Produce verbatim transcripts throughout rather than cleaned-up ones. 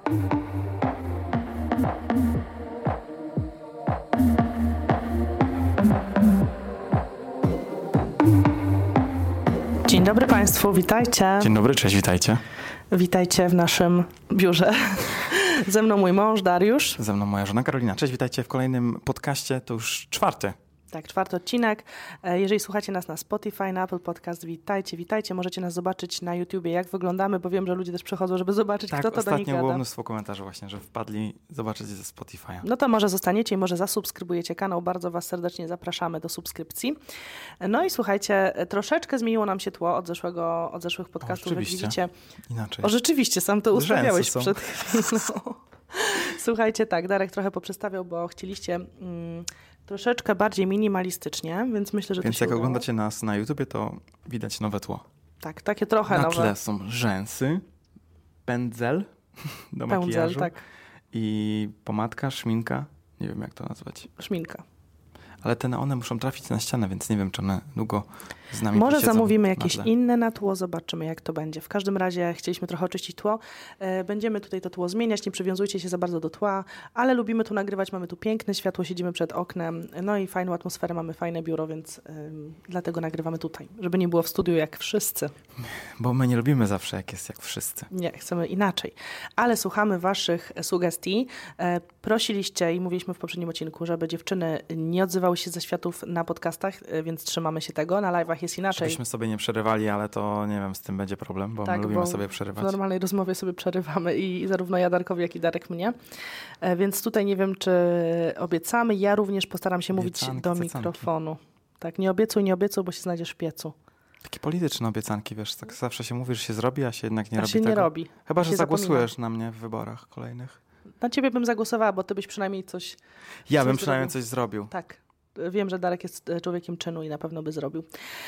Dzień dobry Państwu, witajcie. Dzień dobry, cześć, witajcie. Witajcie w naszym biurze. Ze mną mój mąż Dariusz. Ze mną moja żona Karolina. Cześć, witajcie w kolejnym podcaście, to już czwarty. Tak, czwarty odcinek. Jeżeli słuchacie nas na Spotify, na Apple Podcast, witajcie, witajcie. Możecie nas zobaczyć na YouTubie, jak wyglądamy, bo wiem, że ludzie też przychodzą, żeby zobaczyć, tak, kto to do nich ostatnio gada. było mnóstwo komentarzy właśnie, że wpadli zobaczyć ze Spotify'a. No to może zostaniecie i może zasubskrybujecie kanał. Bardzo Was serdecznie zapraszamy do subskrypcji. No i słuchajcie, troszeczkę zmieniło nam się tło od zeszłego, od zeszłych podcastów, jak widzicie. Inaczej. O, rzeczywiście, sam to ustawiałeś są. przed chwilą. Słuchajcie, tak, Darek trochę poprzestawiał, bo chcieliście mm, troszeczkę bardziej minimalistycznie, więc myślę, że Więc to się jak udało. oglądacie nas na YouTubie, to widać nowe tło. Tak, takie trochę na nowe. tle są rzęsy, pędzel do Pędzel, makijażu tak. i pomadka, szminka. Nie wiem, jak to nazwać. Szminka. Ale te neony muszą trafić na ścianę, więc nie wiem, czy one długo z nami Może posiedzą zamówimy na jakieś tle. inne na tło, zobaczymy jak to będzie. W każdym razie chcieliśmy trochę oczyścić tło. E, Będziemy tutaj to tło zmieniać, nie przywiązujcie się za bardzo do tła, ale lubimy tu nagrywać, mamy tu piękne światło, siedzimy przed oknem, no i fajną atmosferę, mamy fajne biuro, więc ym, dlatego nagrywamy tutaj, żeby nie było w studiu jak wszyscy. Bo my nie lubimy zawsze, jak jest jak wszyscy. Nie, chcemy inaczej. Ale słuchamy waszych sugestii. E, prosiliście i mówiliśmy w poprzednim odcinku, żeby dziewczyny nie odzywały się ze światów na podcastach, e, więc trzymamy się tego. Na live'ach jest inaczej. Żebyśmy sobie nie przerywali, ale to nie wiem, z tym będzie problem, bo Tak, my lubimy bo sobie w przerywać. normalnej rozmowie sobie przerywamy i zarówno ja Darkowi, jak i Darek mnie. E, więc tutaj nie wiem, czy obiecamy. Ja również postaram się mówić Obiecanki, do cecanki. mikrofonu. Tak, nie obiecuj, nie obiecuj, bo się znajdziesz w piecu. Takie polityczne obiecanki, wiesz, tak zawsze się mówi, że się zrobi, a się jednak nie A robi się tego. nie robi. Chyba, że się zagłosujesz zapomina. na mnie w wyborach kolejnych. Na ciebie bym zagłosowała, bo ty byś przynajmniej coś... Ja coś bym przynajmniej zrobił. coś zrobił. Tak. Wiem, że Darek jest człowiekiem czynu i na pewno by zrobił.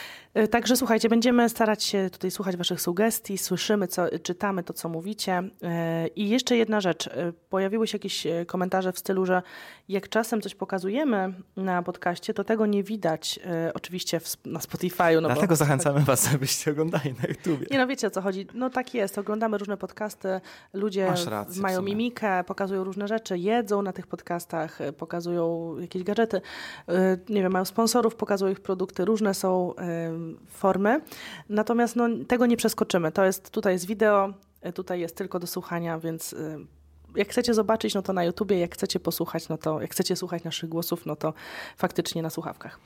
Także słuchajcie, będziemy starać się tutaj słuchać waszych sugestii, słyszymy, co, czytamy to, co mówicie. I jeszcze jedna rzecz. Pojawiły się jakieś komentarze w stylu, że jak czasem coś pokazujemy na podcaście, to tego nie widać oczywiście w, na Spotify'u. No Dlatego bo, zachęcamy was, żebyście oglądali na YouTubie. Nie no, wiecie o co chodzi. No tak jest, oglądamy różne podcasty, ludzie Masz rację, mają w sumie. mimikę, pokazują różne rzeczy, jedzą na tych podcastach, pokazują jakieś gadżety, nie wiem, mają sponsorów, pokazują ich produkty, różne są formy. Natomiast no, tego nie przeskoczymy. To jest, tutaj jest wideo, tutaj jest tylko do słuchania, więc jak chcecie zobaczyć, no to na YouTubie, jak chcecie posłuchać, no to jak chcecie słuchać naszych głosów, no to faktycznie na słuchawkach.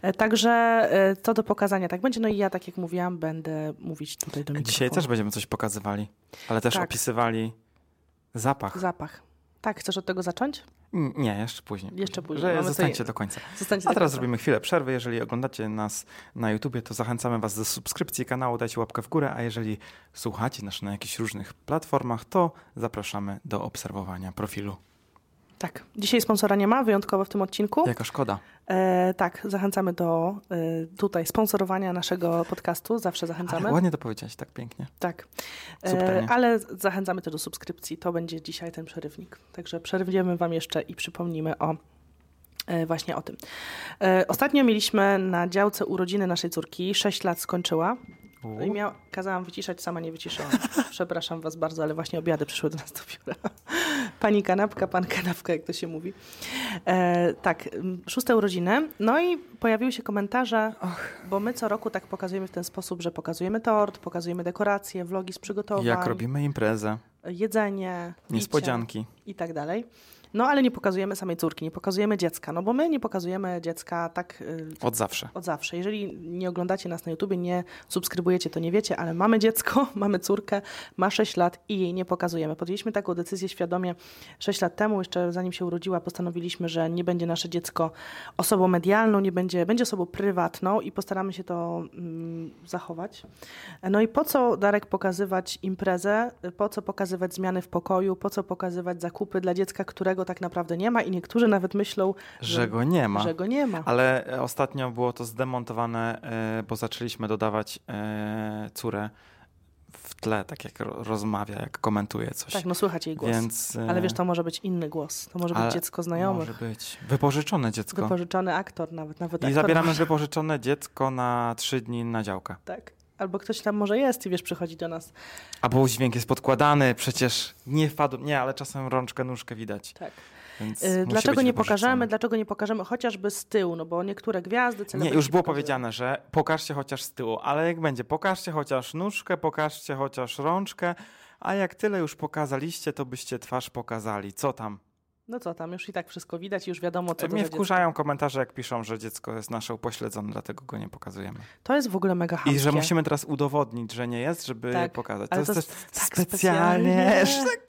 Także co do pokazania, tak będzie. No i ja, tak jak mówiłam, będę mówić tutaj do mikrofonu. Dzisiaj też będziemy coś pokazywali, ale też Tak. opisywali zapach. Zapach. Tak, chcesz od tego zacząć? Nie, jeszcze później. Jeszcze później. Że Mamy zostańcie tutaj- do końca. Zostańcie A do teraz końca. zrobimy chwilę przerwy. Jeżeli oglądacie nas na YouTubie, to zachęcamy was do subskrypcji kanału, dajcie łapkę w górę, a jeżeli słuchacie nas na jakichś różnych platformach, to zapraszamy do obserwowania profilu. Tak. Dzisiaj sponsora nie ma, wyjątkowo w tym odcinku. Jaka szkoda. E, tak, zachęcamy do e, tutaj sponsorowania naszego podcastu. Zawsze zachęcamy. Ale ładnie to powiedziałeś, tak pięknie. Tak. Subtelnie. E, ale zachęcamy też do subskrypcji. To będzie dzisiaj ten przerywnik. Także przerwiemy wam jeszcze i przypomnimy o e, właśnie o tym. E, ostatnio mieliśmy na działce urodziny naszej córki. Sześć lat skończyła. U. I miał, kazałam wyciszać, sama nie wyciszyłam. Przepraszam was bardzo, ale właśnie obiady przyszły do nas do biura. Pani kanapka, pan kanapka, jak to się mówi. E, tak, m, szóste urodziny. No i pojawiły się komentarze, bo my co roku tak pokazujemy w ten sposób, że pokazujemy tort, pokazujemy dekoracje, vlogi z przygotowań, Jak robimy imprezę, jedzenie, picie niespodzianki. i tak dalej. No ale nie pokazujemy samej córki, nie pokazujemy dziecka, no bo my nie pokazujemy dziecka tak y, Od zawsze. od zawsze. Jeżeli nie oglądacie nas na YouTubie, nie subskrybujecie, to nie wiecie, ale mamy dziecko, mamy córkę, ma sześć lat i jej nie pokazujemy. Podjęliśmy taką decyzję świadomie sześć lat temu, jeszcze zanim się urodziła, postanowiliśmy, że nie będzie nasze dziecko osobą medialną, nie będzie, będzie osobą prywatną i postaramy się to mm, zachować. No i po co, Darek, pokazywać imprezę, po co pokazywać zmiany w pokoju, po co pokazywać zakupy dla dziecka, którego tak naprawdę nie ma i niektórzy nawet myślą, że, Że go nie ma. że go nie ma. Ale ostatnio było to zdemontowane, e, bo zaczęliśmy dodawać e, córę w tle, tak jak ro- rozmawia, jak komentuje coś. Tak, no słychać jej głos. Więc, e, Ale wiesz, to może być inny głos. To może być ale dziecko znajomych. Może być. Wypożyczone dziecko. Wypożyczony aktor nawet. nawet I aktor zabieramy może. wypożyczone dziecko na trzy dni na działkę. Tak. albo ktoś tam może jest i wiesz, przychodzi do nas. Albo dźwięk jest podkładany, przecież nie wpadł, nie, ale czasem rączkę, nóżkę widać. Tak. Więc Yy, musi dlaczego być nie wypożyczony. pokażemy? Dlaczego nie pokażemy chociażby z tyłu? No bo niektóre gwiazdy, Nie, celebryci już było pokazują. powiedziane, że pokażcie chociaż z tyłu, ale jak będzie, pokażcie chociaż nóżkę, pokażcie chociaż rączkę, a jak tyle już pokazaliście, to byście twarz pokazali. Co tam? No co tam, już i tak wszystko widać i już wiadomo, co Mnie to za wkurzają dziecko. komentarze, jak piszą, że dziecko jest nasze upośledzone, dlatego go nie pokazujemy. To jest w ogóle mega chamskie. I że musimy teraz udowodnić, że nie jest, żeby Tak, pokazać. ale To, to jest też jest tak specjalnie. specjalnie.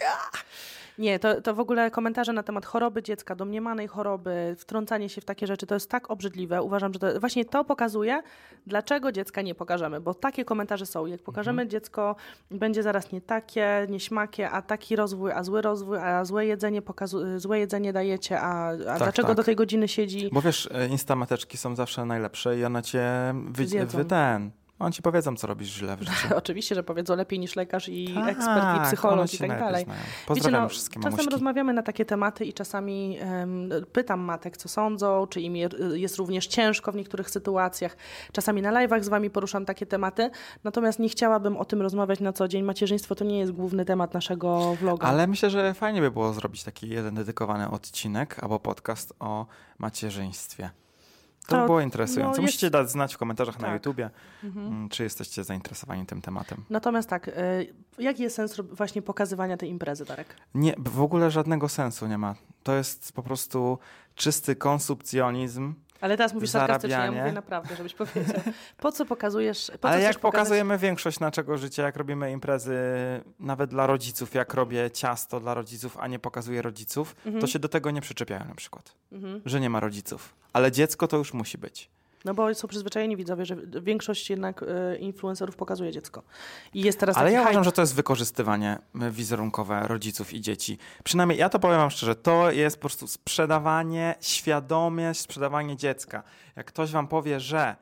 Nie, to, to w ogóle komentarze na temat choroby dziecka, domniemanej choroby, wtrącanie się w takie rzeczy, to jest tak obrzydliwe. Uważam, że to właśnie to pokazuje, dlaczego dziecka nie pokażemy, bo takie komentarze są. Jak pokażemy Mhm. dziecko, będzie zaraz nie takie, nieśmakie, a taki rozwój, a zły rozwój, a złe jedzenie, pokazu- złe jedzenie dajecie, a, a Tak, dlaczego tak. do tej godziny siedzi? Bo wiesz, instamateczki są zawsze najlepsze i one cię wy, Zjedzą. wy ten... On ci powiedzą, co robisz źle w życiu. Oczywiście, że powiedzą lepiej niż lekarz i Tak, ekspert, i one psycholog się i tak najlepiej dalej. znają. Wiecie, Pozdrawiam no, wszystkie czasem mamuśki. rozmawiamy na takie tematy i czasami em, pytam matek, co sądzą, czy im je, jest również ciężko w niektórych sytuacjach. Czasami na live'ach z wami poruszam takie tematy, natomiast nie chciałabym o tym rozmawiać na co dzień. Macierzyństwo to nie jest główny temat naszego vloga. Ale myślę, że fajnie by było zrobić taki jeden dedykowany odcinek albo podcast o macierzyństwie. To, To, by było no, interesujące. jest- Musicie dać znać w komentarzach na Tak. YouTubie, Mhm. mm, czy jesteście zainteresowani tym tematem. Natomiast tak, y, jaki jest sens rob- właśnie pokazywania tej imprezy, Darek? Nie, w ogóle żadnego sensu nie ma. To jest po prostu czysty konsumpcjonizm. Ale teraz mówisz sarkastycznie, ja Zarabianie. mówię naprawdę, żebyś powiedział. Po co pokazujesz? Po Ale co jak chcesz pokazać- pokazujemy większość naszego życia, jak robimy imprezy nawet dla rodziców, jak robię ciasto dla rodziców, a nie pokazuję rodziców, Mhm. to się do tego nie przyczepiają na przykład, Mhm. że nie ma rodziców. Ale dziecko to już musi być. No bo są przyzwyczajeni widzowie, że większość jednak y, influencerów pokazuje dziecko. I jest teraz Ale taki ja hype. uważam, że to jest wykorzystywanie y, wizerunkowe rodziców i dzieci. Przynajmniej ja to powiem wam szczerze, to jest po prostu sprzedawanie, świadomie sprzedawanie dziecka. Jak ktoś wam powie, że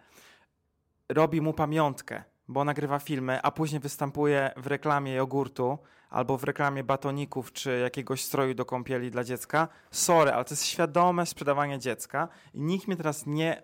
robi mu pamiątkę, bo nagrywa filmy, a później występuje w reklamie jogurtu albo w reklamie batoników czy jakiegoś stroju do kąpieli dla dziecka, sorry, ale to jest świadome sprzedawanie dziecka i nikt mnie teraz nie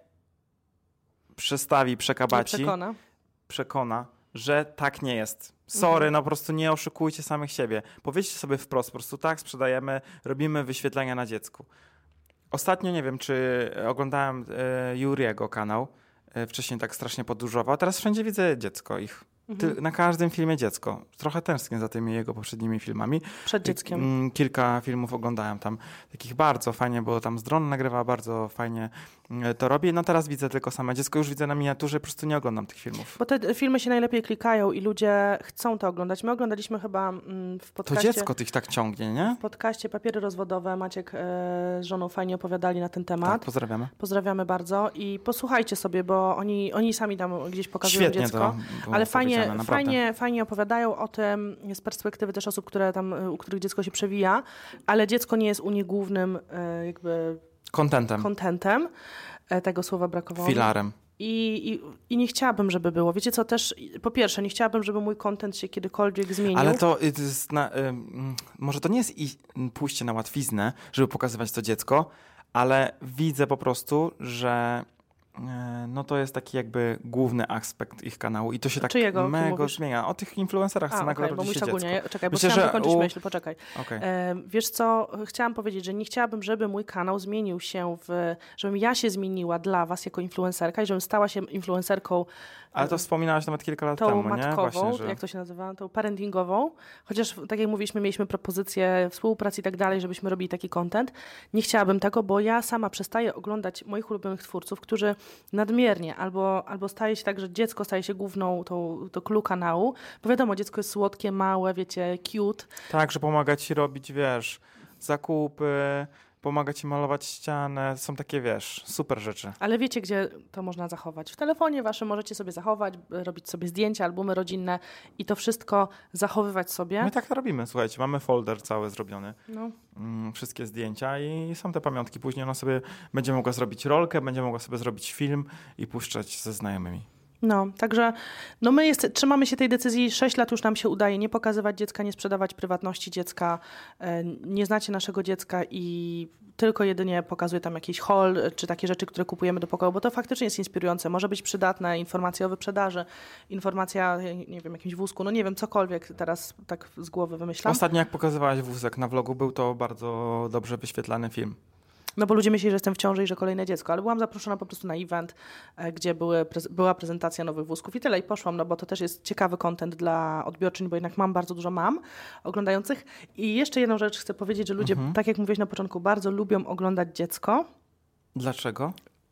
przestawi, Nie przekabaci, przekona. przekona, że tak nie jest. Sorry, Mhm. no po prostu nie oszukujcie samych siebie. Powiedzcie sobie wprost, po prostu tak, sprzedajemy, robimy wyświetlenia na dziecku. Ostatnio, nie wiem, czy oglądałem e, Juriego kanał, e, wcześniej tak strasznie podróżował, a teraz wszędzie widzę dziecko ich. Mhm. Ty, na każdym filmie dziecko. Trochę tęsknię za tymi jego poprzednimi filmami. Przed dzieckiem. Mm, Kilka filmów oglądałem tam, takich bardzo fajnie, bo tam z drona nagrywa, bardzo fajnie mm, to robi. No teraz widzę tylko same dziecko, już widzę na miniaturze, po prostu nie oglądam tych filmów. Bo te filmy się najlepiej klikają i ludzie chcą to oglądać. My oglądaliśmy chyba mm, w To podcaście, dziecko tych tak ciągnie, nie? w podcaście Papiery rozwodowe. Maciek e, z żoną fajnie opowiadali na ten temat. Tak, pozdrawiamy. Pozdrawiamy bardzo i posłuchajcie sobie, bo oni, oni sami tam gdzieś pokazują Świetnie dziecko. to było Ale fajnie, powiedziane, naprawdę. fajnie, fajnie opowiadają o tym z perspektywy też osób, które tam, u których dziecko się przewija, ale dziecko nie jest u nich głównym e, jakby Contentem, kontentem. E, Tego słowa brakowało. filarem. I, i, I nie chciałabym, żeby było. Wiecie co, też po pierwsze, nie chciałabym, żeby mój content się kiedykolwiek zmienił. Ale to y, to jest na, y, mm, może to nie jest i, m, pójście na łatwiznę, żeby pokazywać to dziecko, ale widzę po prostu, że y, no to jest taki jakby główny aspekt ich kanału i to się tak Czyjego ty mega mówisz? zmienia. O tych influencerach, A, co nagle okej, bo rodzi mówisz się ogólnie. dziecko. Czekaj, bo Myślę, chciałam że dokończyć u- myśl, poczekaj. Okej. E, wiesz co, chciałam powiedzieć, że nie chciałabym, żeby mój kanał zmienił się w... żebym ja się zmieniła dla was jako influencerka i żebym stała się influencerką Ale to wspominałaś nawet kilka lat tą temu, matkową, nie? Właśnie, że... jak to się nazywa, tą parentingową. Chociaż tak jak mówiliśmy, mieliśmy propozycje współpracy i tak dalej, żebyśmy robili taki content. Nie chciałabym tego, bo ja sama przestaję oglądać moich ulubionych twórców, którzy nadmiernie albo, albo staje się tak, że dziecko staje się główną tą, tą clue kanału, bo wiadomo, dziecko jest słodkie, małe, wiecie, cute. Tak, że pomaga ci robić, wiesz, zakupy, pomaga ci malować ścianę, są takie, wiesz, super rzeczy. Ale wiecie, gdzie to można zachować? W telefonie waszym możecie sobie zachować, robić sobie zdjęcia, albumy rodzinne i to wszystko zachowywać sobie. My tak to robimy, słuchajcie, mamy folder cały zrobiony, No. mm, wszystkie zdjęcia i są te pamiątki. Później ona sobie będzie mogła zrobić rolkę, będzie mogła sobie zrobić film i puszczać ze znajomymi. No, także no my jest, trzymamy się tej decyzji, sześć lat już nam się udaje nie pokazywać dziecka, nie sprzedawać prywatności dziecka, nie znacie naszego dziecka i tylko jedynie pokazuje tam jakiś haul, czy takie rzeczy, które kupujemy do pokoju, bo to faktycznie jest inspirujące, może być przydatne, informacja o wyprzedaży, informacja, nie wiem, jakimś wózku, no nie wiem, cokolwiek teraz tak z głowy wymyślam. Ostatnio jak pokazywałaś wózek na vlogu, był to bardzo dobrze wyświetlany film. No bo ludzie myśleli, że jestem w ciąży i że kolejne dziecko, ale byłam zaproszona po prostu na event, gdzie były, była prezentacja nowych wózków i tyle i poszłam, no bo to też jest ciekawy content dla odbiorczyń, bo jednak mam bardzo dużo mam oglądających. I jeszcze jedną rzecz chcę powiedzieć, że ludzie, mhm. tak jak mówiłeś na początku, bardzo lubią oglądać dziecko. Dlaczego?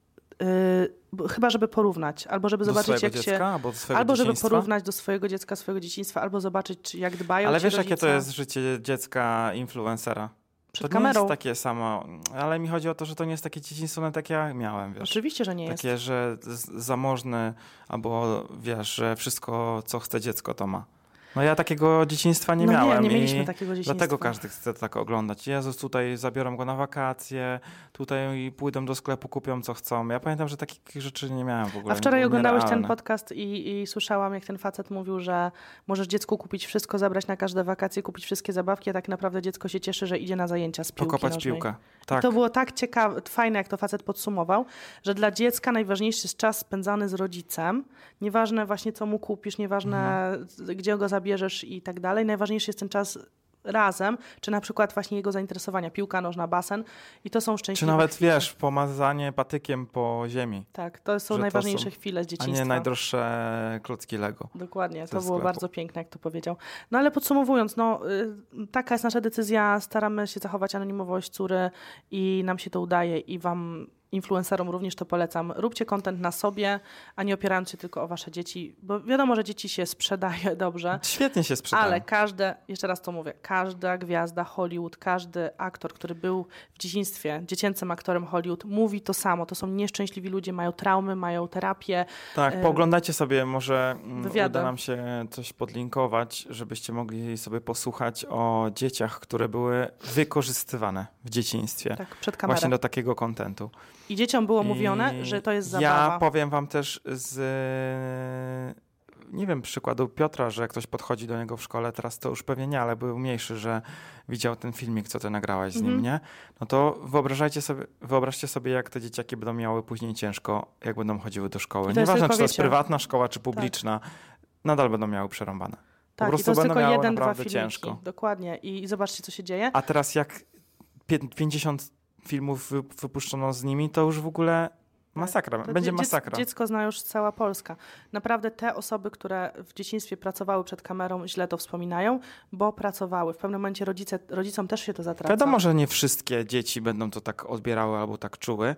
Yy, chyba, żeby porównać, albo żeby do zobaczyć, jak dziecka, się... Albo, do swojego albo żeby dzieciństwa? porównać do swojego dziecka, swojego dzieciństwa, albo zobaczyć, czy, jak dbają Ale ci wiesz, rodzice. jakie to jest życie dziecka influencera? Przed to kamerą. nie jest takie samo, ale mi chodzi o to, że to nie jest takie dzieciństwo, no takie jak miałem, wiesz. Oczywiście, że nie takie, jest. Takie, że zamożny, albo wiesz, że wszystko, co chce dziecko, to ma. No ja takiego dzieciństwa nie no miałem nie, nie mieliśmy i takiego dzieciństwa. dlatego każdy chce tak oglądać. Jezus, tutaj zabiorą go na wakacje, tutaj pójdą do sklepu, kupią co chcą. Ja pamiętam, że takich rzeczy nie miałem w ogóle. A wczoraj oglądałeś nierealne. ten podcast i, i słyszałam, jak ten facet mówił, że możesz dziecku kupić wszystko, zabrać na każde wakacje, kupić wszystkie zabawki, a tak naprawdę dziecko się cieszy, że idzie na zajęcia z piłki Pokopać nożnej. piłkę. Tak. I to było tak ciekawe, fajne, jak to facet podsumował, że dla dziecka najważniejszy jest czas spędzany z rodzicem. Nieważne właśnie, co mu kupisz, nieważne, mhm. gdzie go zabierzesz i tak dalej. Najważniejszy jest ten czas razem, czy na przykład właśnie jego zainteresowania, piłka nożna, basen i to są szczęśliwe Czy nawet, chwile. wiesz, pomazanie patykiem po ziemi. Tak, to są Że najważniejsze to są, chwile z dzieciństwa. A nie najdroższe klocki Lego. Dokładnie, to było sklepu. bardzo piękne, jak to powiedział. No ale podsumowując, no y, taka jest nasza decyzja, staramy się zachować anonimowość córy i nam się to udaje i wam influencerom również to polecam. Róbcie content na sobie, a nie opierając się tylko o wasze dzieci, bo wiadomo, że dzieci się sprzedaje dobrze. Świetnie się sprzedają. Ale każde, jeszcze raz to mówię, każda gwiazda Hollywood, każdy aktor, który był w dzieciństwie dziecięcym aktorem Hollywood, mówi to samo. To są nieszczęśliwi ludzie, mają traumy, mają terapię. Tak, pooglądajcie sobie, może wywiady. Uda nam się coś podlinkować, żebyście mogli sobie posłuchać o dzieciach, które były wykorzystywane w dzieciństwie. Tak, przed kamerą. Właśnie do takiego kontentu. I dzieciom było mówione, I że to jest zabawa. Ja powiem wam też z, nie wiem, przykładu Piotra, że jak ktoś podchodzi do niego w szkole, teraz to już pewnie nie, ale był mniejszy, że widział ten filmik, co ty nagrałaś z Mhm. nim, nie? No to wyobrażajcie sobie, wyobraźcie sobie, jak te dzieciaki będą miały później ciężko, jak będą chodziły do szkoły. I to jest Nieważne, tylko, czy to jest wiecie, prywatna szkoła, czy publiczna, nadal będą miały przerąbane. Po Tak, i prostu to jest będą tylko miały jeden, dwa naprawdę filmiki. ciężko. Dokładnie. I, I zobaczcie, co się dzieje. A teraz jak pię- pięćdziesiąt filmów wy- wypuszczono z nimi, to już w ogóle masakra. To Będzie dzie- masakra. Dziecko zna już cała Polska. Naprawdę te osoby, które w dzieciństwie pracowały przed kamerą, źle to wspominają, bo pracowały. W pewnym momencie rodzice, rodzicom też się to zatraca. Wiadomo, że nie wszystkie dzieci będą to tak odbierały albo tak czuły,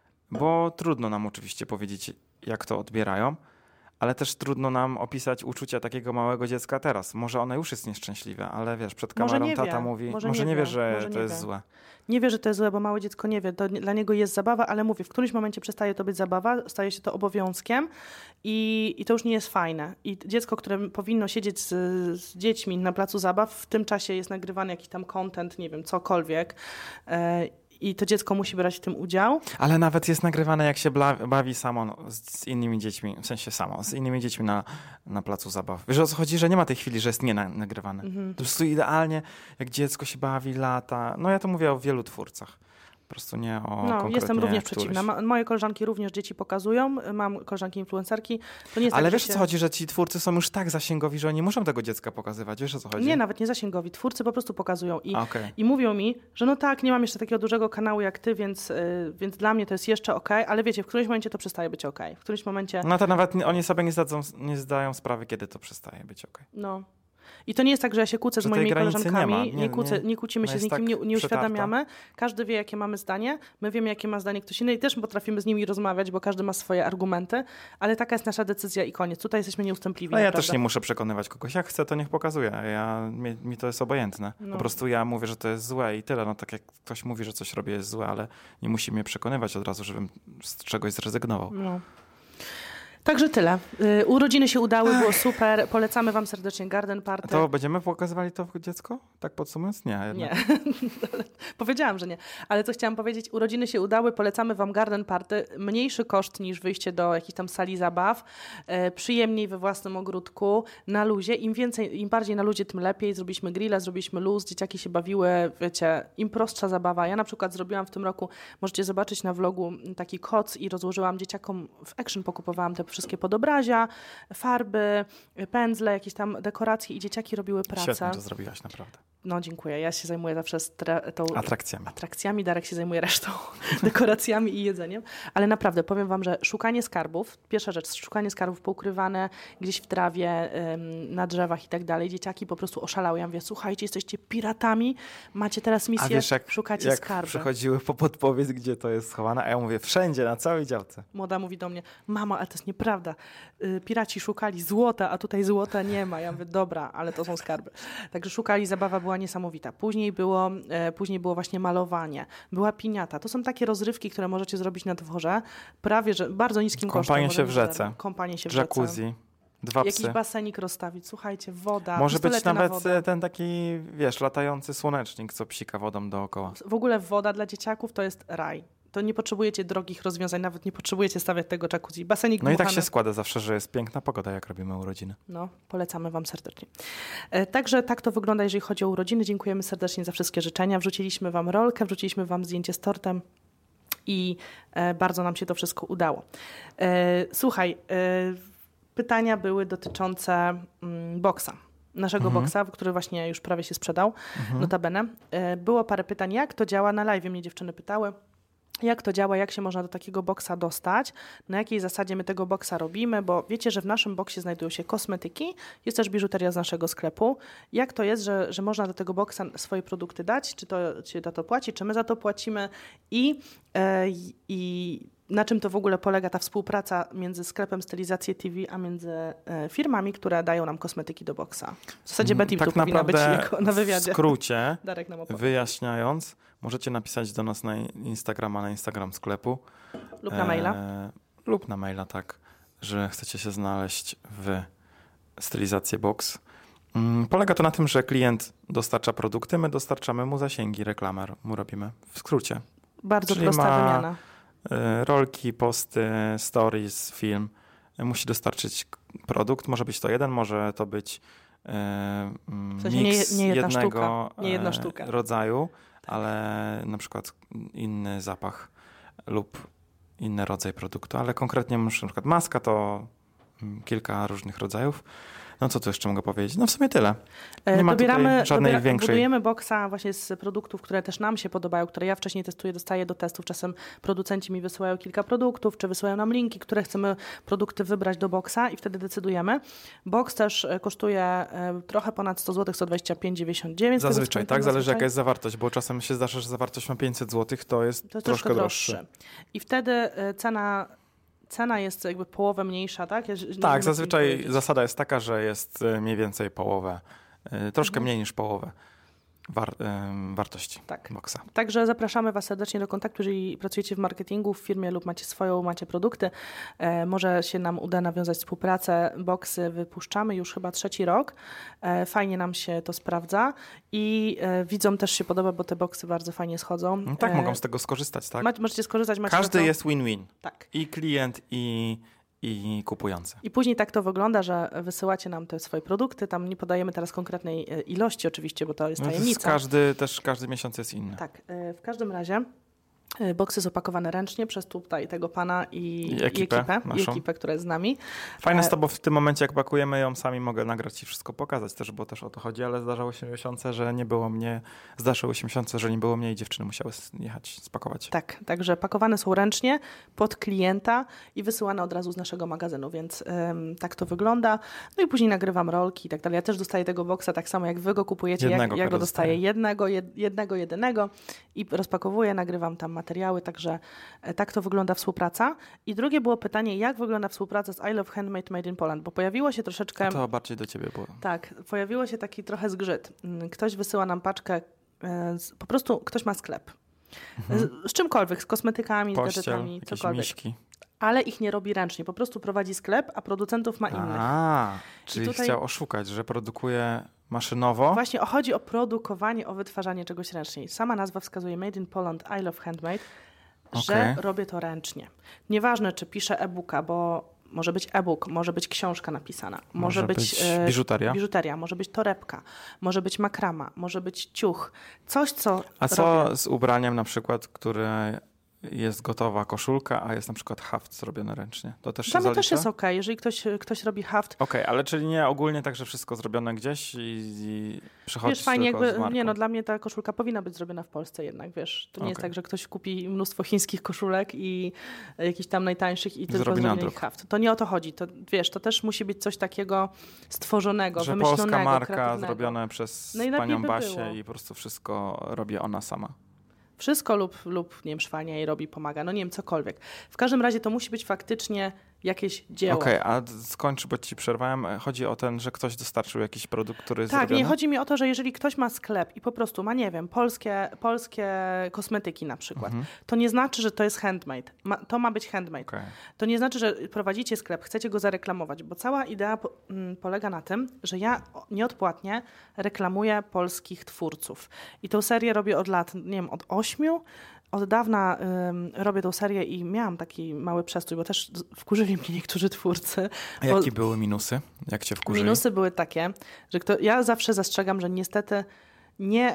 bo trudno nam oczywiście powiedzieć, jak to odbierają, ale też trudno nam opisać uczucia takiego małego dziecka teraz. Może one już jest nieszczęśliwe, ale wiesz, przed Może kamerą nie tata wie, mówi, może może nie nie wie, wie, że może to nie jest wie. złe. Nie wie, że to jest złe, bo małe dziecko nie wie. To nie- dla niego jest zabawa, ale mówię, w którymś momencie przestaje to być zabawa, staje się to obowiązkiem i, i to już nie jest fajne. I dziecko, które powinno siedzieć z, z dziećmi na placu zabaw, w tym czasie jest nagrywany jakiś tam content, nie wiem, cokolwiek. E, I to dziecko musi brać w tym udział. Ale nawet jest nagrywane, jak się bla- bawi samo no, z, z innymi dziećmi, w sensie samo, z innymi dziećmi na, na placu zabaw. Wiesz, o co chodzi? Że nie ma tej chwili, że jest nie na, nagrywane. Mhm. Po prostu idealnie, jak dziecko się bawi, lata. No ja to mówię o wielu twórcach. Po prostu nie o No, konkretnie jestem również któryś. przeciwna. Ma, moje koleżanki również dzieci pokazują. Mam koleżanki influencerki. To nie jest Ale tak, wiesz, że o się... co chodzi, że ci twórcy są już tak zasięgowi, że oni nie muszą tego dziecka pokazywać. Wiesz, o co chodzi? Nie, nawet nie zasięgowi. Twórcy po prostu pokazują i, A, okej. i mówią mi, że no tak, nie mam jeszcze takiego dużego kanału jak ty, więc, y, więc dla mnie to jest jeszcze okej, ale wiecie, w którymś momencie to przestaje być okej. W którymś momencie, No to nawet nie- oni sobie nie, zdadzą, nie zdają sprawy, kiedy to przestaje być okej. no... I to nie jest tak, że ja się kłócę z Że tej moimi granicy nie koleżankami, ma. nie, Nie- kłócę, nie- nie kłócimy ona się z jest nikim, tak nie, nie przetarta. uświadamiamy. Każdy wie, jakie mamy zdanie, my wiemy, jakie ma zdanie ktoś inny i też potrafimy z nimi rozmawiać, bo każdy ma swoje argumenty, ale taka jest nasza decyzja i koniec. Tutaj jesteśmy nieustępliwi. No ja naprawdę. też nie muszę przekonywać kogoś. Jak chcę, to niech pokazuje. Ja, mi, mi to jest obojętne. No. Po prostu ja mówię, że to jest złe i tyle. No tak jak ktoś mówi, że coś robię jest złe, ale nie musi mnie przekonywać od razu, żebym z czegoś zrezygnował. No. Także tyle. Y, urodziny się udały, było super. Polecamy wam serdecznie Garden Party. To będziemy pokazywali to dziecko? Tak podsumując? Nie. Jednak. Nie. Powiedziałam, że nie. Ale co chciałam powiedzieć, urodziny się udały, polecamy wam Garden Party. Mniejszy koszt niż wyjście do jakiejś tam sali zabaw. E, przyjemniej we własnym ogródku, na luzie. Im więcej, im bardziej na luzie, tym lepiej. Zrobiliśmy grilla, zrobiliśmy luz, dzieciaki się bawiły, wiecie, im prostsza zabawa. Ja na przykład zrobiłam w tym roku, możecie zobaczyć na vlogu, taki koc i rozłożyłam dzieciakom, w Action pokupowałam te wszystkie podobrazia, farby, pędzle, jakieś tam dekoracje i dzieciaki robiły pracę. Świetnie to zrobiłaś, naprawdę. No dziękuję. Ja się zajmuję zawsze stre- tą atrakcjami. atrakcjami. Darek się zajmuje resztą, dekoracjami i jedzeniem. Ale naprawdę powiem wam, że szukanie skarbów, pierwsza rzecz, szukanie skarbów poukrywane gdzieś w trawie, ym, na drzewach i tak dalej. Dzieciaki po prostu oszalały. Ja mówię, słuchajcie, jesteście piratami, macie teraz misję, a wiesz, jak, szukacie jak skarby. przychodziły po podpowiedź, gdzie to jest schowane, a ja mówię, wszędzie, na całej działce. Młoda mówi do mnie, mamo, ale to jest nieprawda. Yy, piraci szukali złota, a tutaj złota nie ma. Ja mówię, dobra, ale to są skarby. Także szukali, zabawa była niesamowita. Później było, e, później było właśnie malowanie, była piniata. To są takie rozrywki, które możecie zrobić na dworze, prawie, że bardzo niskim kosztem. Kąpanie się w rzece. Kąpanie się w jacuzzi. rzece. Dwa psy. Jakiś basenik rozstawić. Słuchajcie, woda, może być na nawet wodę. ten taki, wiesz, latający słonecznik, co psika wodą dookoła. W ogóle woda dla dzieciaków to jest raj. To nie potrzebujecie drogich rozwiązań, nawet nie potrzebujecie stawiać tego jacuzzi. Basenik No dmuchany. i tak się składa zawsze, że jest piękna pogoda, jak robimy urodziny. No, polecamy wam serdecznie. E, także tak to wygląda, jeżeli chodzi o urodziny. Dziękujemy serdecznie za wszystkie życzenia. Wrzuciliśmy wam rolkę, wrzuciliśmy wam zdjęcie z tortem i e, bardzo nam się to wszystko udało. E, słuchaj, e, pytania były dotyczące mm, boksa. Naszego Mhm. boksa, który właśnie już prawie się sprzedał, Mhm. notabene. E, było parę pytań, jak to działa na live. Mnie dziewczyny pytały. Jak to działa, jak się można do takiego boksa dostać, na jakiej zasadzie my tego boksa robimy, bo wiecie, że w naszym boksie znajdują się kosmetyki, jest też biżuteria z naszego sklepu. Jak to jest, że, że można do tego boksa swoje produkty dać, czy to się za to płaci, czy my za to płacimy i, e, i na czym to w ogóle polega ta współpraca między sklepem Stylizacje T V, a między e, firmami, które dają nam kosmetyki do boksa. W zasadzie Betty tak tu powinna być naprawdę jako na wywiadzie. W skrócie, Darek nam opowie. wyjaśniając, możecie napisać do nas na Instagrama, na Instagram sklepu. Lub na maila. E, lub na maila, tak, że chcecie się znaleźć w Stylizację Box. Mm, polega to na tym, że klient dostarcza produkty, my dostarczamy mu zasięgi, reklamę mu robimy. W skrócie. Bardzo Czyli prosta ma, wymiana. e, rolki, posty, stories, film. E, musi dostarczyć k- produkt. Może być to jeden, może to być e, mm, W sensie nie- miks nie jedna jednego sztuka, nie jedna e, sztuka. rodzaju, ale na przykład inny zapach lub inny rodzaj produktu, ale konkretnie na przykład maska to mm, kilka różnych rodzajów. No co tu jeszcze mogę powiedzieć? No w sumie tyle. Nie ma Dobieramy, tutaj żadnej dobiera, większej... budujemy boksa właśnie z produktów, które też nam się podobają, które ja wcześniej testuję, dostaję do testów. Czasem producenci mi wysyłają kilka produktów, czy wysyłają nam linki, które chcemy produkty wybrać do boksa i wtedy decydujemy. Boks też e, kosztuje e, trochę ponad sto złotych, sto dwadzieścia pięć dziewięćdziesiąt dziewięć. Zazwyczaj, tak? Zależy jaka jest zawartość, bo czasem się zdarza, że zawartość ma pięćset złotych, to jest, To jest troszkę troszkę droższy. droższy. I wtedy e, cena... Cena jest jakby połowę mniejsza, tak? Ja, nie Tak, wiem, zazwyczaj jak powiedzieć. zasada jest taka, że jest y, mniej więcej połowę, y, troszkę Mhm. mniej niż połowę war, y, wartości Tak. boksa. Także zapraszamy Was serdecznie do kontaktu, jeżeli pracujecie w marketingu w firmie lub macie swoją, macie produkty. E, może się nam uda nawiązać współpracę. Boksy wypuszczamy już chyba trzeci rok. E, fajnie nam się to sprawdza i e, widzom też się podoba, bo te boksy bardzo fajnie schodzą. No tak, e, mogą z tego skorzystać, tak? ma, możecie skorzystać. Macie Każdy to, jest win-win. Tak. I klient, i, i kupujący. I później tak to wygląda, że wysyłacie nam te swoje produkty. Tam nie podajemy teraz konkretnej e, ilości oczywiście, bo to jest No to jest tajemnica. każdy, też każdy miesiąc jest inny. Tak, e, w każdym razie e, boksy są opakowane ręcznie przez tutaj tego pana i, I ekipę i, ekipę, i naszą. ekipę, która jest z nami. Fajne E, jest to, bo w tym momencie jak pakujemy ją sami, mogę nagrać i wszystko pokazać też, bo też o to chodzi, ale zdarzało się miesiące, że nie było mnie, zdarzyły się miesiące, że nie było mnie i dziewczyny musiały s- jechać, spakować. Tak, także pakowane są ręcznie pod klienta i wysyłane od razu z naszego magazynu, więc ym, tak to wygląda. No i później nagrywam rolki i tak dalej. Ja też dostaję tego boksa tak samo jak wy go kupujecie, jak, Jednego ja go każdy dostaję dostaje. jednego, jed, jednego, jedynego i rozpakowuję, nagrywam tam materiały, także e, tak to wygląda współpraca. I drugie było pytanie, jak wygląda współpraca z I Love Handmade Made in Poland, bo pojawiło się troszeczkę... To bardziej do ciebie było. Tak, pojawiło się taki trochę zgrzyt. Mm, Ktoś wysyła nam paczkę, e, z, po prostu ktoś ma sklep. Mhm. Z, z czymkolwiek, z kosmetykami, z Pościel, gadżetami, jakieś cokolwiek. miśki. ale ich nie robi ręcznie. Po prostu prowadzi sklep, a producentów ma innych. A, czyli tutaj... chciał oszukać, że produkuje maszynowo. Właśnie chodzi o produkowanie, o wytwarzanie czegoś ręcznie. Sama nazwa wskazuje Made in Poland, I love handmade, Okay. że robię to ręcznie. Nieważne, czy piszę e-booka, bo może być e-book, może być książka napisana, może, może być, być e, biżuteria. biżuteria, może być torebka, może być makrama, może być ciuch. Coś, co A co robię. z ubraniem na przykład, które jest gotowa koszulka, a jest na przykład haft zrobiony ręcznie? To też się Dla mnie zalicza? też jest okej, jeżeli ktoś, ktoś robi haft. Okej, okay, ale czyli nie ogólnie tak, że wszystko zrobione gdzieś i, i przychodzi Wiesz, fajnie tylko jakby, z marką. nie no, dla mnie ta koszulka powinna być zrobiona w Polsce jednak, wiesz. To nie Okay. jest tak, że ktoś kupi mnóstwo chińskich koszulek i jakichś tam najtańszych i tylko Zrobi zrobi nadruk. haft. To nie o to chodzi. To, wiesz, to też musi być coś takiego stworzonego, że wymyślonego, polska marka kreatywnego. zrobione przez Najlepiej panią by Basię było. i po prostu wszystko robi ona sama. Wszystko lub, lub nie wiem, szwania i robi, pomaga, no nie wiem, cokolwiek. W każdym razie to musi być faktycznie jakieś dzieło. Okej, okay, a skończ, bo ci przerwałem. Chodzi o ten, że ktoś dostarczył jakiś produkt, który jest Tak, zrobiony? nie, chodzi mi o to, że jeżeli ktoś ma sklep i po prostu ma, nie wiem, polskie, polskie kosmetyki na przykład, Mhm. to nie znaczy, że to jest handmade. Ma, to ma być handmade. Okay. To nie znaczy, że prowadzicie sklep, chcecie go zareklamować, bo cała idea po, m, polega na tym, że ja nieodpłatnie reklamuję polskich twórców. I tę serię robię od lat, nie wiem, od ośmiu. Od dawna ym, robię tą serię i miałam taki mały przestój, bo też wkurzyli mnie niektórzy twórcy. A bo jakie były minusy? Jak cię wkurzyli? Minusy były takie, że kto, ja zawsze zastrzegam, że niestety nie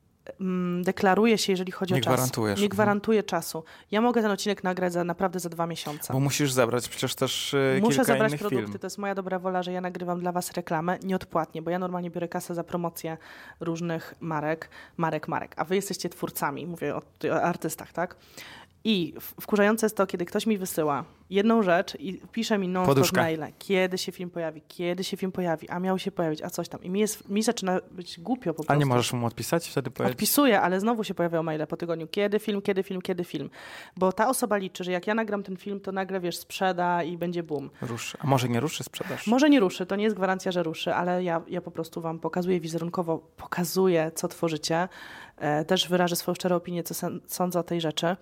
mm, deklaruję się, jeżeli chodzi Nie o czas. gwarantujesz. Nie gwarantuję czasu. Ja mogę ten odcinek nagrać za, naprawdę za dwa miesiące. Bo musisz zebrać przecież też y, Muszę kilka zebrać innych produkty, film. to jest moja dobra wola, że ja nagrywam dla was reklamę nieodpłatnie, bo ja normalnie biorę kasę za promocję różnych marek, marek, marek, a wy jesteście twórcami, mówię o, o artystach, tak? I wkurzające jest to, kiedy ktoś mi wysyła jedną rzecz i pisze mi non-stop maile, kiedy się film pojawi, kiedy się film pojawi, a miał się pojawić, a coś tam. I mi, jest, mi zaczyna być głupio po prostu. A nie możesz mu odpisać wtedy powiedzieć? Odpisuję, ale znowu się pojawiają maile po tygodniu. Kiedy film, kiedy film, kiedy film. Bo ta osoba liczy, że jak ja nagram ten film, to nagle, wiesz, sprzeda i będzie boom. Ruszy. A może nie ruszy sprzedaż? Może nie ruszy, to nie jest gwarancja, że ruszy, ale ja, ja po prostu wam pokazuję wizerunkowo, pokazuję, co tworzycie. E, też wyrażę swoją szczerą opinię, co sen, sądzę o tej rzeczy.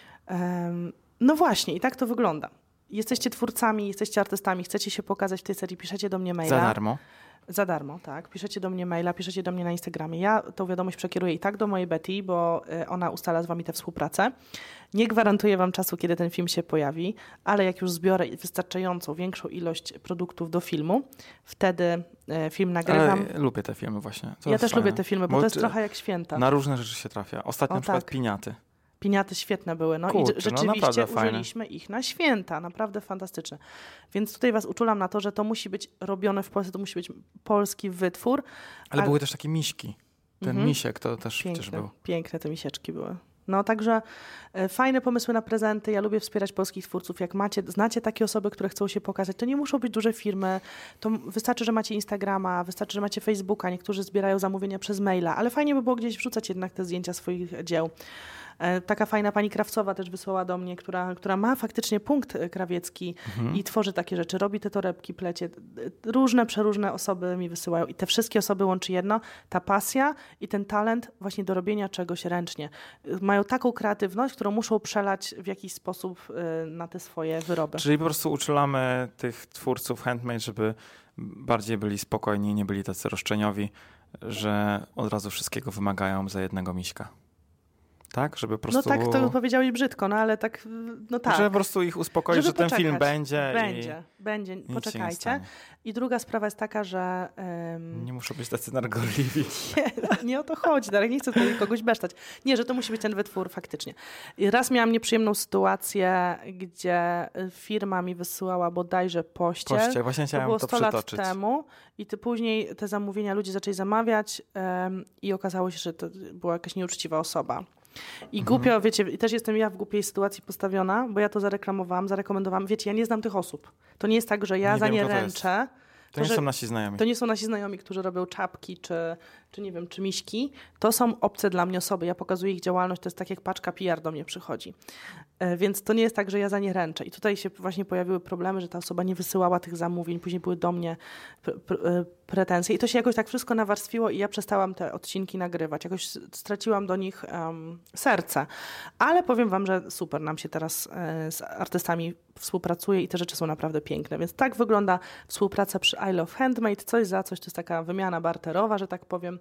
No właśnie, i tak to wygląda. Jesteście twórcami, jesteście artystami, chcecie się pokazać w tej serii, piszecie do mnie maila. Za darmo? Za darmo, tak. Piszecie do mnie maila, piszecie do mnie na Instagramie. Ja tą wiadomość przekieruję i tak do mojej Betty, bo ona ustala z wami tę współpracę. Nie gwarantuję wam czasu, kiedy ten film się pojawi, ale jak już zbiorę wystarczającą, większą ilość produktów do filmu, wtedy film nagrywam. Ale lubię te filmy właśnie. To ja jest też fajne. lubię te filmy, bo, bo to jest trochę jak święta. Na różne rzeczy się trafia. Ostatnio O, na przykład tak. piniaty. Piniaty świetne były, no Kurczę, i rzeczywiście no użyliśmy ich na święta, naprawdę fantastyczne. Więc tutaj was uczulam na to, że to musi być robione w Polsce, to musi być polski wytwór. Ale a... były też takie miśki. Ten mhm. misiek to też piękne, przecież był. Piękne te misieczki były. No także e, fajne pomysły na prezenty. Ja lubię wspierać polskich twórców. Jak macie, znacie takie osoby, które chcą się pokazać, to nie muszą być duże firmy. To wystarczy, że macie Instagrama, wystarczy, że macie Facebooka. Niektórzy zbierają zamówienia przez maila, ale fajnie by było gdzieś wrzucać jednak te zdjęcia swoich dzieł. Taka fajna pani Krawcowa też wysłała do mnie, która, która ma faktycznie punkt krawiecki mhm. i tworzy takie rzeczy, robi te torebki, plecie. Różne, przeróżne osoby mi wysyłają i te wszystkie osoby łączy jedno, ta pasja i ten talent właśnie do robienia czegoś ręcznie. Mają taką kreatywność, którą muszą przelać w jakiś sposób na te swoje wyroby. Czyli po prostu uczulamy tych twórców handmade, żeby bardziej byli spokojni, nie byli tacy roszczeniowi, że od razu wszystkiego wymagają za jednego miśka. Tak? Żeby po prostu... No tak, to powiedziałeś brzydko, no ale tak, no tak. Żeby po prostu ich uspokoić, Żeby że ten poczekać. film będzie. Będzie, i będzie, nic poczekajcie. I druga sprawa jest taka, że... Um... Nie muszą być tacy narkorliwi. Nie, nie o to chodzi, Darek, nie chcę tutaj kogoś besztać. Nie, że to musi być ten wytwór faktycznie. I raz miałam nieprzyjemną sytuację, gdzie firma mi wysyłała bodajże pościel. Pościel, właśnie chciałem to było to sto lat przytoczyć. temu i ty później te zamówienia ludzie zaczęli zamawiać um, i okazało się, że to była jakaś nieuczciwa osoba. I mhm. głupio, wiecie, i też jestem ja w głupiej sytuacji postawiona, bo ja to zareklamowałam, zarekomendowałam. Wiecie, ja nie znam tych osób. To nie jest tak, że ja nie za wiem, nie to ręczę. To, to nie że, są nasi znajomi. To nie są nasi znajomi, którzy robią czapki czy, czy nie wiem, czy miśki, to są obce dla mnie osoby. Ja pokazuję ich działalność, to jest tak jak paczka P R do mnie przychodzi. E, więc to nie jest tak, że ja za nie ręczę. I tutaj się właśnie pojawiły problemy, że ta osoba nie wysyłała tych zamówień, później były do mnie pr- pr- pretensje i to się jakoś tak wszystko nawarstwiło i ja przestałam te odcinki nagrywać. Jakoś straciłam do nich um, serce. Ale powiem wam, że super nam się teraz e, z artystami współpracuje i te rzeczy są naprawdę piękne. Więc tak wygląda współpraca przy I Love Handmade. Coś za coś, to jest taka wymiana barterowa, że tak powiem.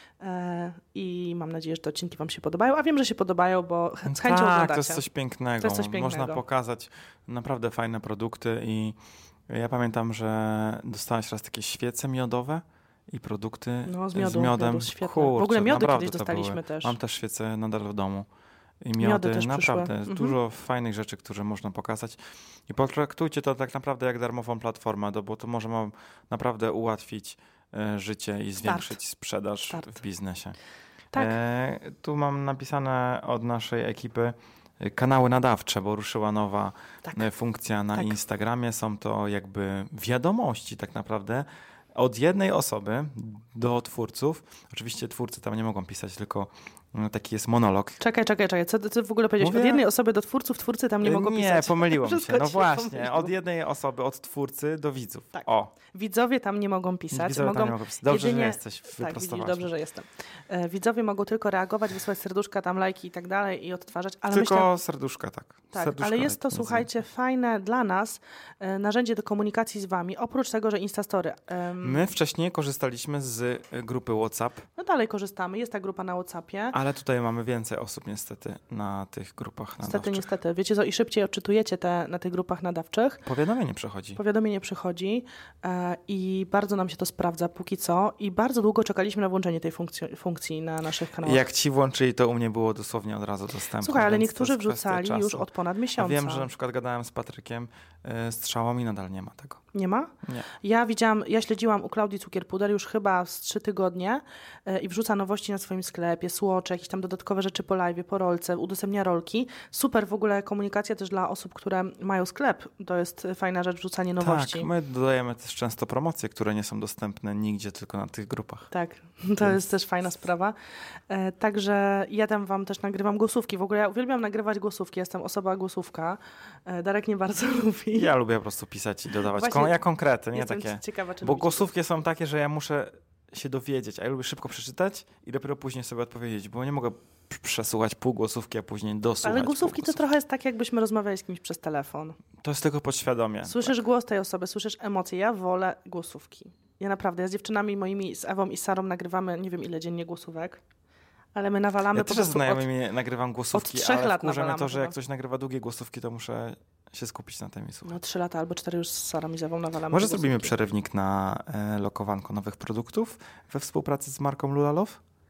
E, I mam nadzieję, że te odcinki wam się podobają. A wiem, że się podobają, bo ch- z chęcią tak, oglądacie. to jest coś pięknego. To jest coś pięknego. Można pokazać naprawdę fajne produkty i ja pamiętam, że dostałaś raz takie świece miodowe i produkty No, z, miodu, z miodem. miodu, świetne. Kurczę, w ogóle miody naprawdę kiedyś to dostaliśmy były. też. Mam też świece nadal w domu. I miody, Miody też naprawdę, przyszły. jest Mhm. dużo fajnych rzeczy, które można pokazać. I potraktujcie to tak naprawdę jak darmową platformę, no bo to może wam naprawdę ułatwić e, życie i zwiększyć sprzedaż Start. w biznesie. Tak. E, tu mam napisane od naszej ekipy e, kanały nadawcze, bo ruszyła nowa Tak. e, funkcja na Tak. Instagramie. Są to jakby wiadomości tak naprawdę od jednej osoby do twórców. Oczywiście twórcy tam nie mogą pisać, tylko no, taki jest monolog. Czekaj, czekaj, czekaj. Co ty, ty w ogóle powiedziałeś? Mówię- Od jednej osoby do twórców, twórcy tam nie mogą nie, pisać. pomyliło mi się. Wszystko No ci właśnie, pomyliło. od jednej osoby, od twórcy do widzów. Tak. O, Widzowie tam nie mogą pisać. widzowie mogą tam nie mogą pisać. Dobrze, jedynie... że jesteś Tak, wyprostowana. widzisz, dobrze, że jestem. E, widzowie mogą tylko reagować, wysłać serduszka, tam lajki i tak dalej i odtwarzać, ale Tylko myślę... serduszka, tak. Tak, serduszka, ale jest to, tak, słuchajcie, fajne dla nas e, narzędzie do komunikacji z wami, oprócz tego, że Instastory. em, My wcześniej korzystaliśmy z y, grupy WhatsApp, No dalej korzystamy, jest ta grupa na WhatsAppie. ale tutaj mamy więcej osób niestety na tych grupach Niestety, nadawczych. niestety. Wiecie co, i szybciej odczytujecie te na tych grupach nadawczych. Powiadomienie przechodzi. Powiadomienie przychodzi e, i bardzo nam się to sprawdza póki co i bardzo długo czekaliśmy na włączenie tej funkcji, funkcji na naszych kanałach. Jak ci włączyli, to u mnie było dosłownie od razu dostępne. Słuchaj, ale więc to niektórzy jest kwestia wrzucali czasu. już od ponad A miesiąca. wiem, że na przykład gadałem z Patrykiem y, Strzałą i nadal nie ma tego. Nie ma? Nie. Ja widziałam, ja śledziłam u Klaudii Cukier-Puder już chyba z trzy tygodnie e, i wrzuca nowości na swoim sklepie, słocze, jakieś tam dodatkowe rzeczy po live'ie, po rolce, udostępnia rolki. Super w ogóle komunikacja też dla osób, które mają sklep. To jest fajna rzecz, wrzucanie nowości. Tak, my dodajemy też często promocje, które nie są dostępne nigdzie, tylko na tych grupach. Tak, to jest też fajna sprawa. E, także ja tam wam też nagrywam głosówki. W ogóle ja uwielbiam nagrywać głosówki. Jestem osoba głosówka. E, Darek nie bardzo lubi. Ja lubię po prostu pisać i dodawać Właśnie kon- ja konkrety, nie Jestem takie. ciekawa, czy Bo lubicie. głosówki są takie, że ja muszę się dowiedzieć, a ja lubię szybko przeczytać i dopiero później sobie odpowiedzieć, bo nie mogę p- przesłuchać pół głosówki, a później dosłuchać Ale głosówki pół to głosówki. trochę jest tak, jakbyśmy rozmawiali z kimś przez telefon. To jest tylko podświadomie. Słyszysz głos tej osoby, słyszysz emocje. Ja wolę głosówki. Ja naprawdę, ja z dziewczynami moimi, z Ewą i Sarą nagrywamy nie wiem ile dziennie głosówek, ale my nawalamy Ja po też z prostu od... znajomymi nagrywam głosówki, od trzech ale lat wkurza mnie nawalamy to, że chyba. jak ktoś nagrywa długie głosówki, to muszę się skupić na tym i słuchać. No trzy lata albo cztery już z Sarą i z Ewą nawalamy. Może te zrobimy głosówki. przerywnik na e, lokowanko nowych produktów we współpracy z marką Lula Love?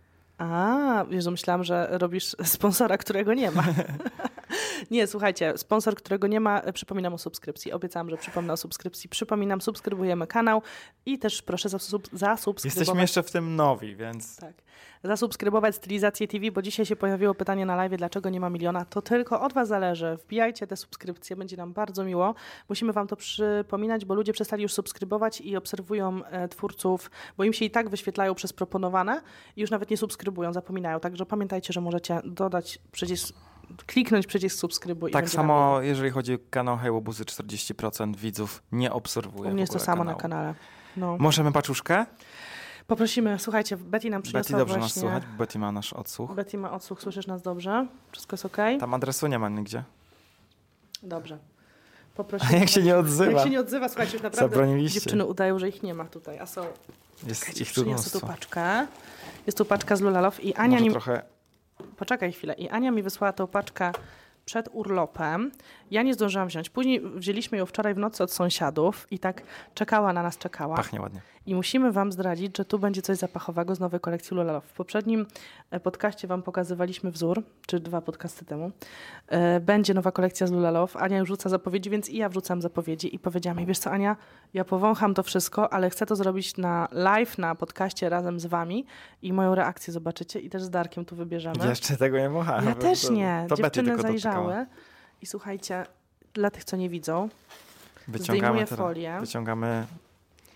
A, Jezu, myślałam, że robisz sponsora, którego nie ma. Nie, słuchajcie, sponsor, którego nie ma, przypominam o subskrypcji. Obiecałam, że przypomnę o subskrypcji. Przypominam, subskrybujemy kanał i też proszę zasub- zasubskrybować. Jesteśmy jeszcze w tym nowi, więc Tak. Zasubskrybować Stylizację T V, bo dzisiaj się pojawiło pytanie na live, dlaczego nie ma miliona. To tylko od was zależy. Wbijajcie te subskrypcje, będzie nam bardzo miło. Musimy wam to przypominać, bo ludzie przestali już subskrybować i obserwują e, twórców, bo im się i tak wyświetlają przez proponowane i już nawet nie subskrybują, zapominają. Także pamiętajcie, że możecie dodać przycisk, kliknąć przycisk subskrybuj. i tak będzie nam samo miło. jeżeli chodzi o kanał Hejłobuzy, czterdzieści procent widzów nie obserwuje U mnie jest w to ogóle samo kanału. na kanale. No. Możemy paczuszkę? Poprosimy, słuchajcie, Betty nam przyniosła Betty dobrze właśnie... nas słuchać, bo Betty ma nasz odsłuch. Betty ma odsłuch, słyszysz nas dobrze? Wszystko jest okej? Tam adresu nie ma nigdzie. Dobrze. A Poprosimy. jak się nie odzywa? Jak się nie odzywa, słuchajcie, już naprawdę Zabroniliście. dziewczyny udają, że ich nie ma tutaj, a są... Jest Czekajcie, ich tu przyniosę tu mnóstwo. paczkę. Jest tu paczka z Lula Love i Ania Może mi... trochę... Poczekaj chwilę. I Ania mi wysłała tą paczkę przed urlopem. Ja nie zdążyłam wziąć. Później wzięliśmy ją wczoraj w nocy od sąsiadów i tak czekała na nas, czekała. Pachnie ładnie. I musimy wam zdradzić, że tu będzie coś zapachowego z nowej kolekcji Lula Love. W poprzednim e, podcaście wam pokazywaliśmy wzór, czy dwa podcasty temu. E, Będzie nowa kolekcja z Lula Love. Ania już rzuca zapowiedzi, więc i ja wrzucam zapowiedzi. I powiedziałam jej, wiesz co Ania, ja powącham to wszystko, ale chcę to zrobić na live, na podcaście razem z wami i moją reakcję zobaczycie i też z Darkiem tu wybierzemy. Jeszcze tego nie wąchałem. Ja też To- nie. To Betty Dziewczyny tylko zajrzały. dotykała. I słuchajcie, dla tych, co nie widzą, Wyciągamy zdejmuję teraz- folię. Wyciągamy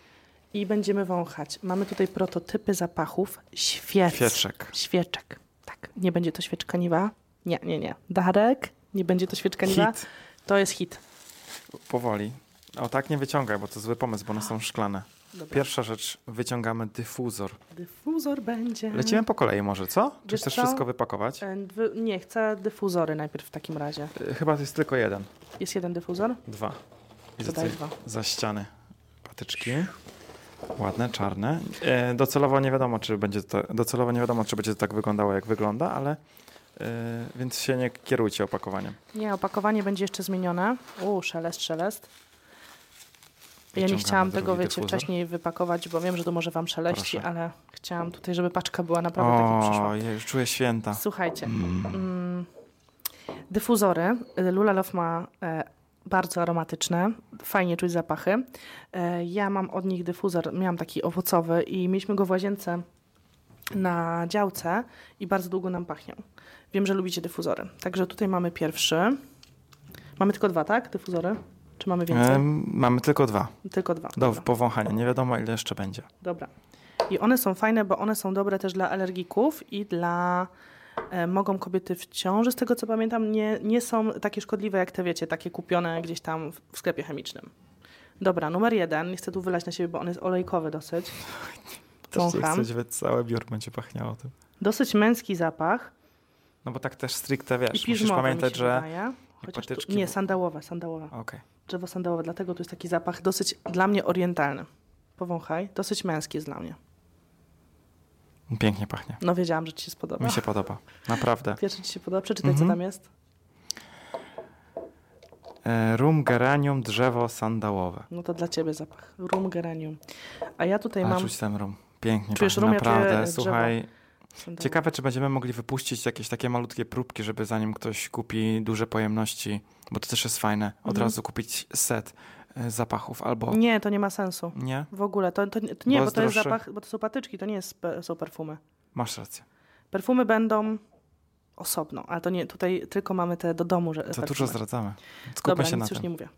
i będziemy wąchać. Mamy tutaj prototypy zapachów świec. Świeczek. Świeczek. Tak. Nie będzie to świeczka Niwa? Nie, nie, nie. Darek? Nie będzie to świeczka Niwa? Hit. To jest hit. Powoli. O tak nie wyciągaj, bo to zły pomysł, bo one są szklane. Dobra. Pierwsza rzecz, wyciągamy dyfuzor. Dyfuzor będzie. Lecimy po kolei może, co? Czy Wiesz chcesz co? wszystko wypakować? E, dwy- Nie, chcę dyfuzory najpierw w takim razie. Y, Chyba to jest tylko jeden. Jest jeden dyfuzor? Dwa. I To za, daj dwa. za ściany patyczki. Ładne, czarne. E, docelowo nie wiadomo, czy będzie to, docelowo nie wiadomo, czy będzie to tak wyglądało, jak wygląda, ale e, więc się nie kierujcie opakowaniem. Nie, opakowanie będzie jeszcze zmienione. U, szelest, szelest. Ja nie Wyciągamy chciałam tego, drugi wiecie, dyfuzor. wcześniej wypakować, bo wiem, że to może wam szeleści, Proszę. ale chciałam tutaj, żeby paczka była naprawdę taka przyszła. O, ja już czuję święta. Słuchajcie, mm, dyfuzory. Lula Love ma e, bardzo aromatyczne, fajnie czuć zapachy. E, ja mam od nich dyfuzor, miałam taki owocowy i mieliśmy go w łazience na działce i bardzo długo nam pachniał. Wiem, że lubicie dyfuzory. Także tutaj mamy pierwszy. Mamy tylko dwa, tak? Dyfuzory? Czy mamy więcej? Em, mamy tylko dwa. Tylko dwa. Do Dobra. powąchania. Nie wiadomo, ile jeszcze będzie. Dobra. I one są fajne, bo one są dobre też dla alergików i dla... E, mogą kobiety w ciąży, z tego co pamiętam, nie, nie są takie szkodliwe jak te, wiecie, takie kupione gdzieś tam w, w sklepie chemicznym. Dobra, numer jeden. Nie chcę tu wylać na siebie, bo on jest olejkowy dosyć. Też nie Wącham. chcę, żeby całe biuro będzie pachniało tym. Dosyć męski zapach. No bo tak też stricte, wiesz, I musisz piżmowy pamiętać, mi się że... wydaje. Chociaż tu, patyczki- nie, sandałowe, sandałowe. Okej. Drzewo sandałowe, dlatego tu jest taki zapach dosyć dla mnie orientalny. Powąchaj. Dosyć męski jest dla mnie. Pięknie pachnie. No wiedziałam, że ci się spodoba. Mi się podoba. Naprawdę. Pierwszy ci się podoba. Przeczytaj, Mhm. co tam jest. E, rum, geranium, drzewo sandałowe. No to dla ciebie zapach. Rum geranium. A ja tutaj A mam... czuć ten rum. Pięknie Czujesz pachnie. rum, ja czuję Naprawdę. drzewo. Słuchaj, sandałowe. ciekawe, czy będziemy mogli wypuścić jakieś takie malutkie próbki, żeby zanim ktoś kupi duże pojemności, bo to też jest fajne, od Mhm. razu kupić set e, zapachów albo... Nie, to nie ma sensu. Nie? W ogóle. To, to, to nie, Bo bo, jest to jest droższe. zapach, bo to są patyczki, to nie jest, pe- są perfumy. Masz rację. Perfumy będą osobno, ale to nie, tutaj tylko mamy te do domu, że To perfumy. dużo zdradzamy. Skupmy Dobra, się nic na już tym. nie mówię.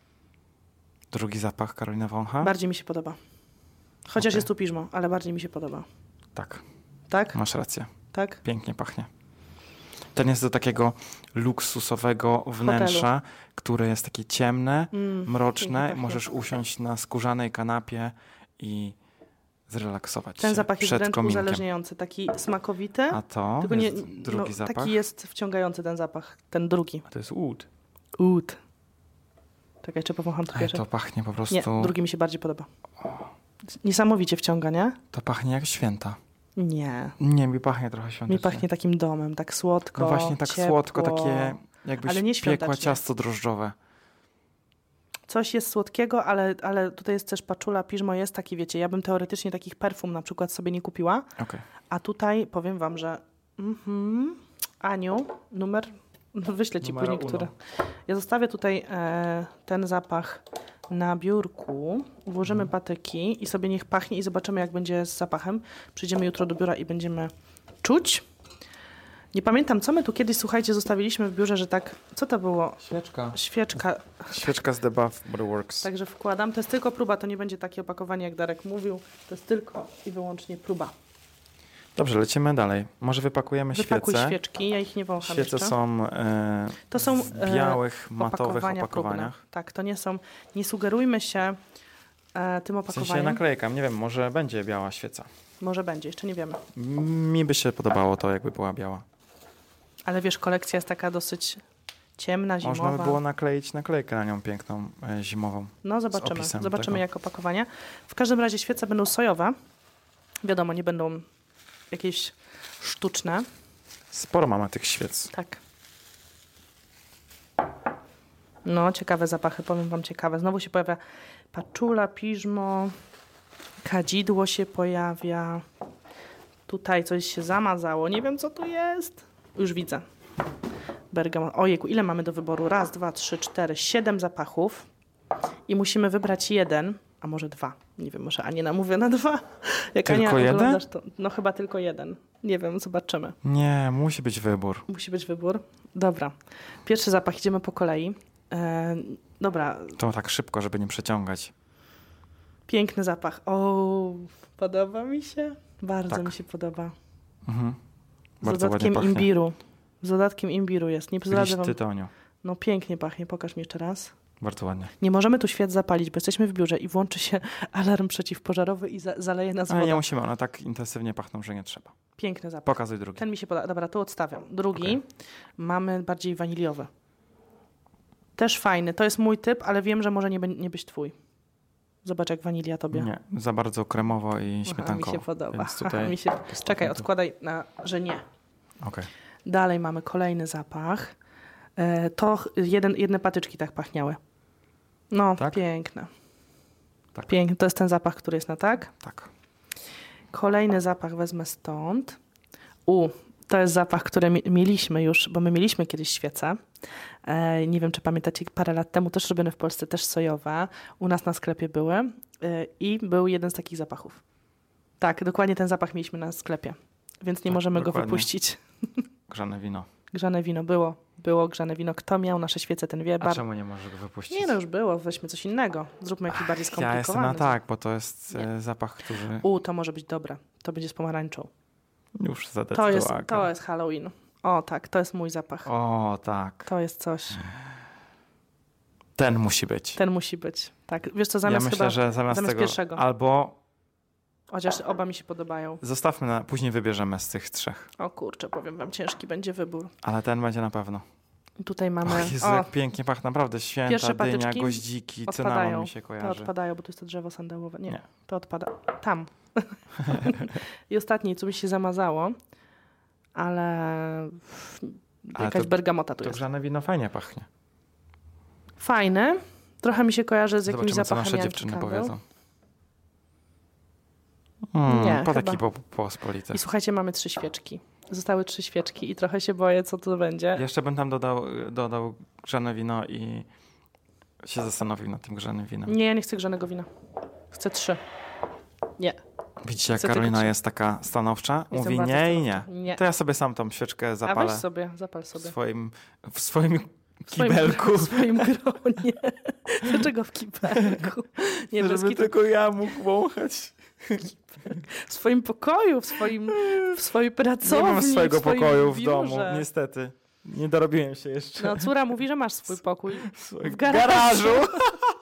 Drugi zapach Karolina wącha? Bardziej mi się podoba. Chociaż Okej. jest tu piżmo, ale bardziej mi się podoba. Tak, Tak? masz rację. Tak? Pięknie pachnie. Ten jest do takiego luksusowego wnętrza, które jest takie ciemne, Mm, pięknie mroczne. pachnie. Możesz usiąść na skórzanej kanapie i zrelaksować Ten się zapach jest przed wręcz kominkiem. uzależniający, taki smakowity. A to tylko jest nie, drugi no, zapach. taki jest wciągający ten zapach, ten drugi. A to jest oud. Ud. Czekaj, czy powącham to Ej, pierwsze? to pachnie po prostu... Nie, drugi mi się bardziej podoba. Niesamowicie wciąga, nie? To pachnie jak święta. Nie. Nie, mi pachnie trochę Mi świątecznie. pachnie takim domem, tak słodko, No właśnie tak ciepło. słodko, takie jakbyś Ale nie piekła świątecznie. ciasto drożdżowe. Coś jest słodkiego, ale, ale tutaj jest też paczula, piżmo jest taki, wiecie, ja bym teoretycznie takich perfum na przykład sobie nie kupiła, Okej. a tutaj powiem wam, że mhm, Aniu, numer, no wyślę ci Numero później, uno. który. Ja zostawię tutaj e, ten zapach na biurku, włożymy patyki i sobie niech pachnie i zobaczymy, jak będzie z zapachem. Przyjdziemy jutro do biura i będziemy czuć. Nie pamiętam, co my tu kiedyś, słuchajcie, zostawiliśmy w biurze, że tak, co to było? Świeczka. Świeczka. Świeczka z The Bath Body Works. Także wkładam. To jest tylko próba, to nie będzie takie opakowanie, jak Darek mówił. To jest tylko i wyłącznie próba. Dobrze, lecimy dalej. Może wypakujemy Wypakuj świece. świeczki, ja ich nie wącham Świece jeszcze. są e, To są w białych, e, matowych opakowania opakowaniach. próbne. Tak, to nie są, nie sugerujmy się e, tym W sensie opakowaniem. naklejka. Nie wiem, może będzie biała świeca. Może będzie, jeszcze nie wiemy. Mi by się podobało to, jakby była biała. Ale wiesz, kolekcja jest taka dosyć ciemna, zimowa. Można by było nakleić naklejkę na nią piękną, e, zimową. No zobaczymy, opisem zobaczymy tego. jak opakowania. W każdym razie świece będą sojowe. Wiadomo, nie będą jakieś sztuczne. Sporo mamy tych świec. Tak. No, ciekawe zapachy, powiem wam ciekawe. Znowu się pojawia paczula, piżmo, kadzidło się pojawia. Tutaj coś się zamazało. Nie wiem, co tu jest. Już widzę. Bergamot. Ojejku, ile mamy do wyboru? Raz, dwa, trzy, cztery, siedem zapachów. I musimy wybrać jeden, a może dwa. Nie wiem, może Anię namówię na dwa. Jak Tylko Ania jeden? oglądasz, to no chyba tylko jeden. Nie wiem, zobaczymy. Nie, musi być wybór. Musi być wybór. Dobra. Pierwszy zapach, idziemy po kolei. E, dobra. To tak szybko, żeby nie przeciągać. Piękny zapach. O, podoba mi się. Bardzo Tak. mi się podoba. Mhm. Z Bardzo dodatkiem ładnie pachnie. imbiru. Z dodatkiem imbiru jest. Nie zdradzę Liść wam. tytoniu. No pięknie pachnie. Pokaż mi jeszcze raz. Bardzo ładnie. Nie możemy tu świat zapalić, bo jesteśmy w biurze i włączy się alarm przeciwpożarowy i za zaleje nas Ale wodą. nie musimy, one tak intensywnie pachną, że nie trzeba. Piękny zapach. Pokazuj drugi. Ten mi się podoba. Dobra, tu odstawiam. Drugi Okej. mamy bardziej waniliowy. Też fajny. To jest mój typ, ale wiem, że może nie, nie być twój. Zobacz, jak wanilia tobie. Nie, za bardzo kremowo i Aha, mi śmietankowo. się podoba. Więc Aha, tutaj mi się... Czekaj, tu. odkładaj, na, że nie. Okej. Dalej mamy kolejny zapach. E, to ch- jeden, jedne patyczki tak pachniały. No, Tak? piękne. Tak. Piękne. To jest ten zapach, który jest na tak. Tak. Kolejny zapach wezmę stąd. U, to jest zapach, który mi- mieliśmy już, bo my mieliśmy kiedyś świece. E, nie wiem, czy pamiętacie, parę lat temu też robione w Polsce, też sojowe. U nas na sklepie były. E, I był jeden z takich zapachów. Tak, dokładnie ten zapach mieliśmy na sklepie. Więc nie Tak, możemy dokładnie. go wypuścić. Grzane wino. Grzane wino było. Było grzane wino. Kto miał nasze świece, ten wie. A Bar- czemu nie możesz go wypuścić? Nie, no już było. Weźmy coś innego. Zróbmy jakiś bardziej Ja skomplikowany. jestem na tak, bo to jest Nie. e, zapach, który U, to może być dobre. To będzie z pomarańczą. już To zadecydował. jest, to jest Halloween. O tak, to jest mój zapach. O, tak. To jest coś. Ten musi być. Ten musi być. Tak, wiesz co, Ja zamiast myślę, chyba... że zamiast, zamiast tego pierwszego. albo Chociaż oba mi się podobają. zostawmy, na, później wybierzemy z tych trzech. O kurczę, powiem wam, ciężki będzie wybór. Ale ten będzie na pewno. Tutaj mamy... O Jezu, o, jak pięknie pachnie, naprawdę. Święta, Pierwsze dynia, patyczki goździki, odpadają. cynamon mi się to kojarzy. odpadają, bo to jest to drzewo sandałowe. Nie, Nie. to odpada. Tam. I ostatni, co mi się zamazało, ale... Ale Jakaś to- bergamota tu To jest. grzane wino fajnie pachnie. Fajny. Trochę mi się kojarzy z jakimś Zobaczymy, co zapachem nasze Janki dziewczyny Candle. powiedzą. Hmm, Nie, po chyba. taki po, pospolity. I słuchajcie, mamy trzy świeczki. Zostały trzy świeczki i trochę się boję, co to będzie. Jeszcze bym tam dodał, dodał grzane wino i się zastanowił nad tym grzanym winem. Nie, ja nie chcę grzanego wina. Chcę trzy. Nie. Widzicie, jak Chcę tylko Karolina trzy. jest taka stanowcza? Jestem Mówi bardzo nie i nie. stanowcza. Nie. To ja sobie sam tą świeczkę A zapalę weź sobie, zapal w sobie. swoim, w swoim W swoim- kibelku, W swoim gronie. Dlaczego w kibelku? Nie, bez żeby kitu. tylko ja mógł wąchać. W swoim pokoju, w swoim, w swojej pracowni. Nie mam swojego w swoim pokoju w biurze. domu, niestety. Nie dorobiłem się jeszcze. No, córa mówi, że masz swój pokój. w swoim w garażu. garażu.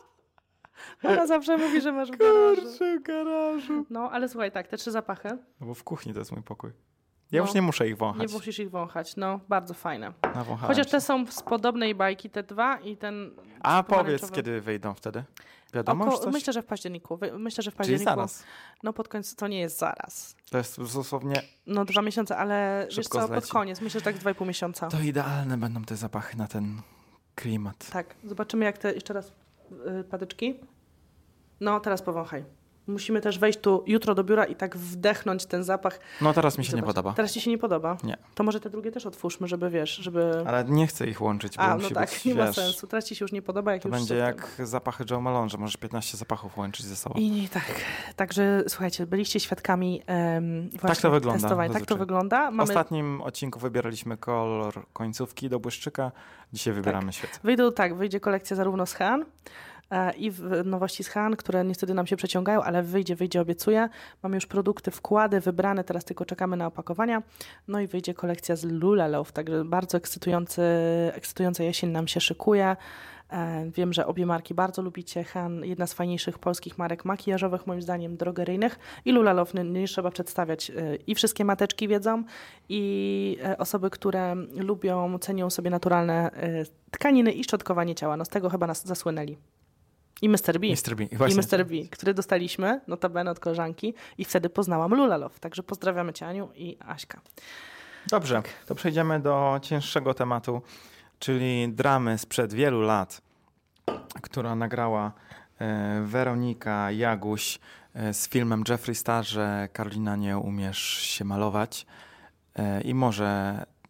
Ona zawsze mówi, że masz w garażu. Kurczę, w garażu. No, ale słuchaj, tak, te trzy zapachy, No bo w kuchni to jest mój pokój. Ja No. już nie muszę ich nie wąchać. musisz ich wąchać. No, bardzo fajne. Nawąchałem Chociaż się. te są z podobnej bajki, te dwa i ten A powiedz, pomarańczowy. kiedy wyjdą wtedy? Wiadomo już Oko, coś? myślę, że w październiku. Wy- Myślę, że w Czyli październiku. zaraz. No pod koniec, to nie jest zaraz. To jest dosłownie... No dwa miesiące, ale wiesz Szybko co, pod zleci. koniec. Myślę, że tak dwa i pół miesiąca. To idealne będą te zapachy na ten klimat. Tak, zobaczymy jak te, jeszcze raz yy, patyczki. No, teraz powąchaj. Musimy też wejść tu jutro do biura i tak wdechnąć ten zapach. No teraz mi się nie Zobacz. podoba. Teraz ci się nie podoba? Nie. To może te drugie też otwórzmy, żeby wiesz, żeby... Ale nie chcę ich łączyć, bo A, musi no tak, być, nie ma wiesz, sensu. Teraz ci się już nie podoba, jak to już będzie są w jak zapachy Joe Malone, że możesz piętnaście zapachów łączyć ze sobą. tym. I nie, tak. Także słuchajcie, byliście świadkami um, właśnie to wygląda testowania. Tak to zazwyczaj. wygląda. W Mamy... ostatnim odcinku wybieraliśmy kolor końcówki do błyszczyka. Dzisiaj wybieramy świecę. Wyjdą, tak, wyjdzie kolekcja zarówno z Han e, i w, nowości z Han, które niestety nam się przeciągają, ale wyjdzie, wyjdzie, obiecuję. Mamy już produkty, wkłady wybrane, teraz tylko czekamy na opakowania. No i wyjdzie kolekcja z Lula Love, także bardzo ekscytujący, ekscytująca jesień nam się szykuje. E, wiem, że obie marki bardzo lubicie. Han, jedna z fajniejszych polskich marek makijażowych, moim zdaniem, drogeryjnych. I Lula Love, nie, nie trzeba przedstawiać. E, I wszystkie mateczki wiedzą, i e, osoby, które lubią, cenią sobie naturalne e, tkaniny i szczotkowanie ciała. No z tego chyba nas zasłynęli. I mister B. mister B. I Właśnie. mister B, który dostaliśmy, notabene od koleżanki, i wtedy poznałam Lula Love. Także pozdrawiamy Cię, Aniu i Aśka. Dobrze, to przejdziemy do cięższego tematu, czyli dramy sprzed wielu lat, która nagrała e, Weronika Jaguś e, z filmem Jeffree Star, że Karolina, nie umiesz się malować. E, I może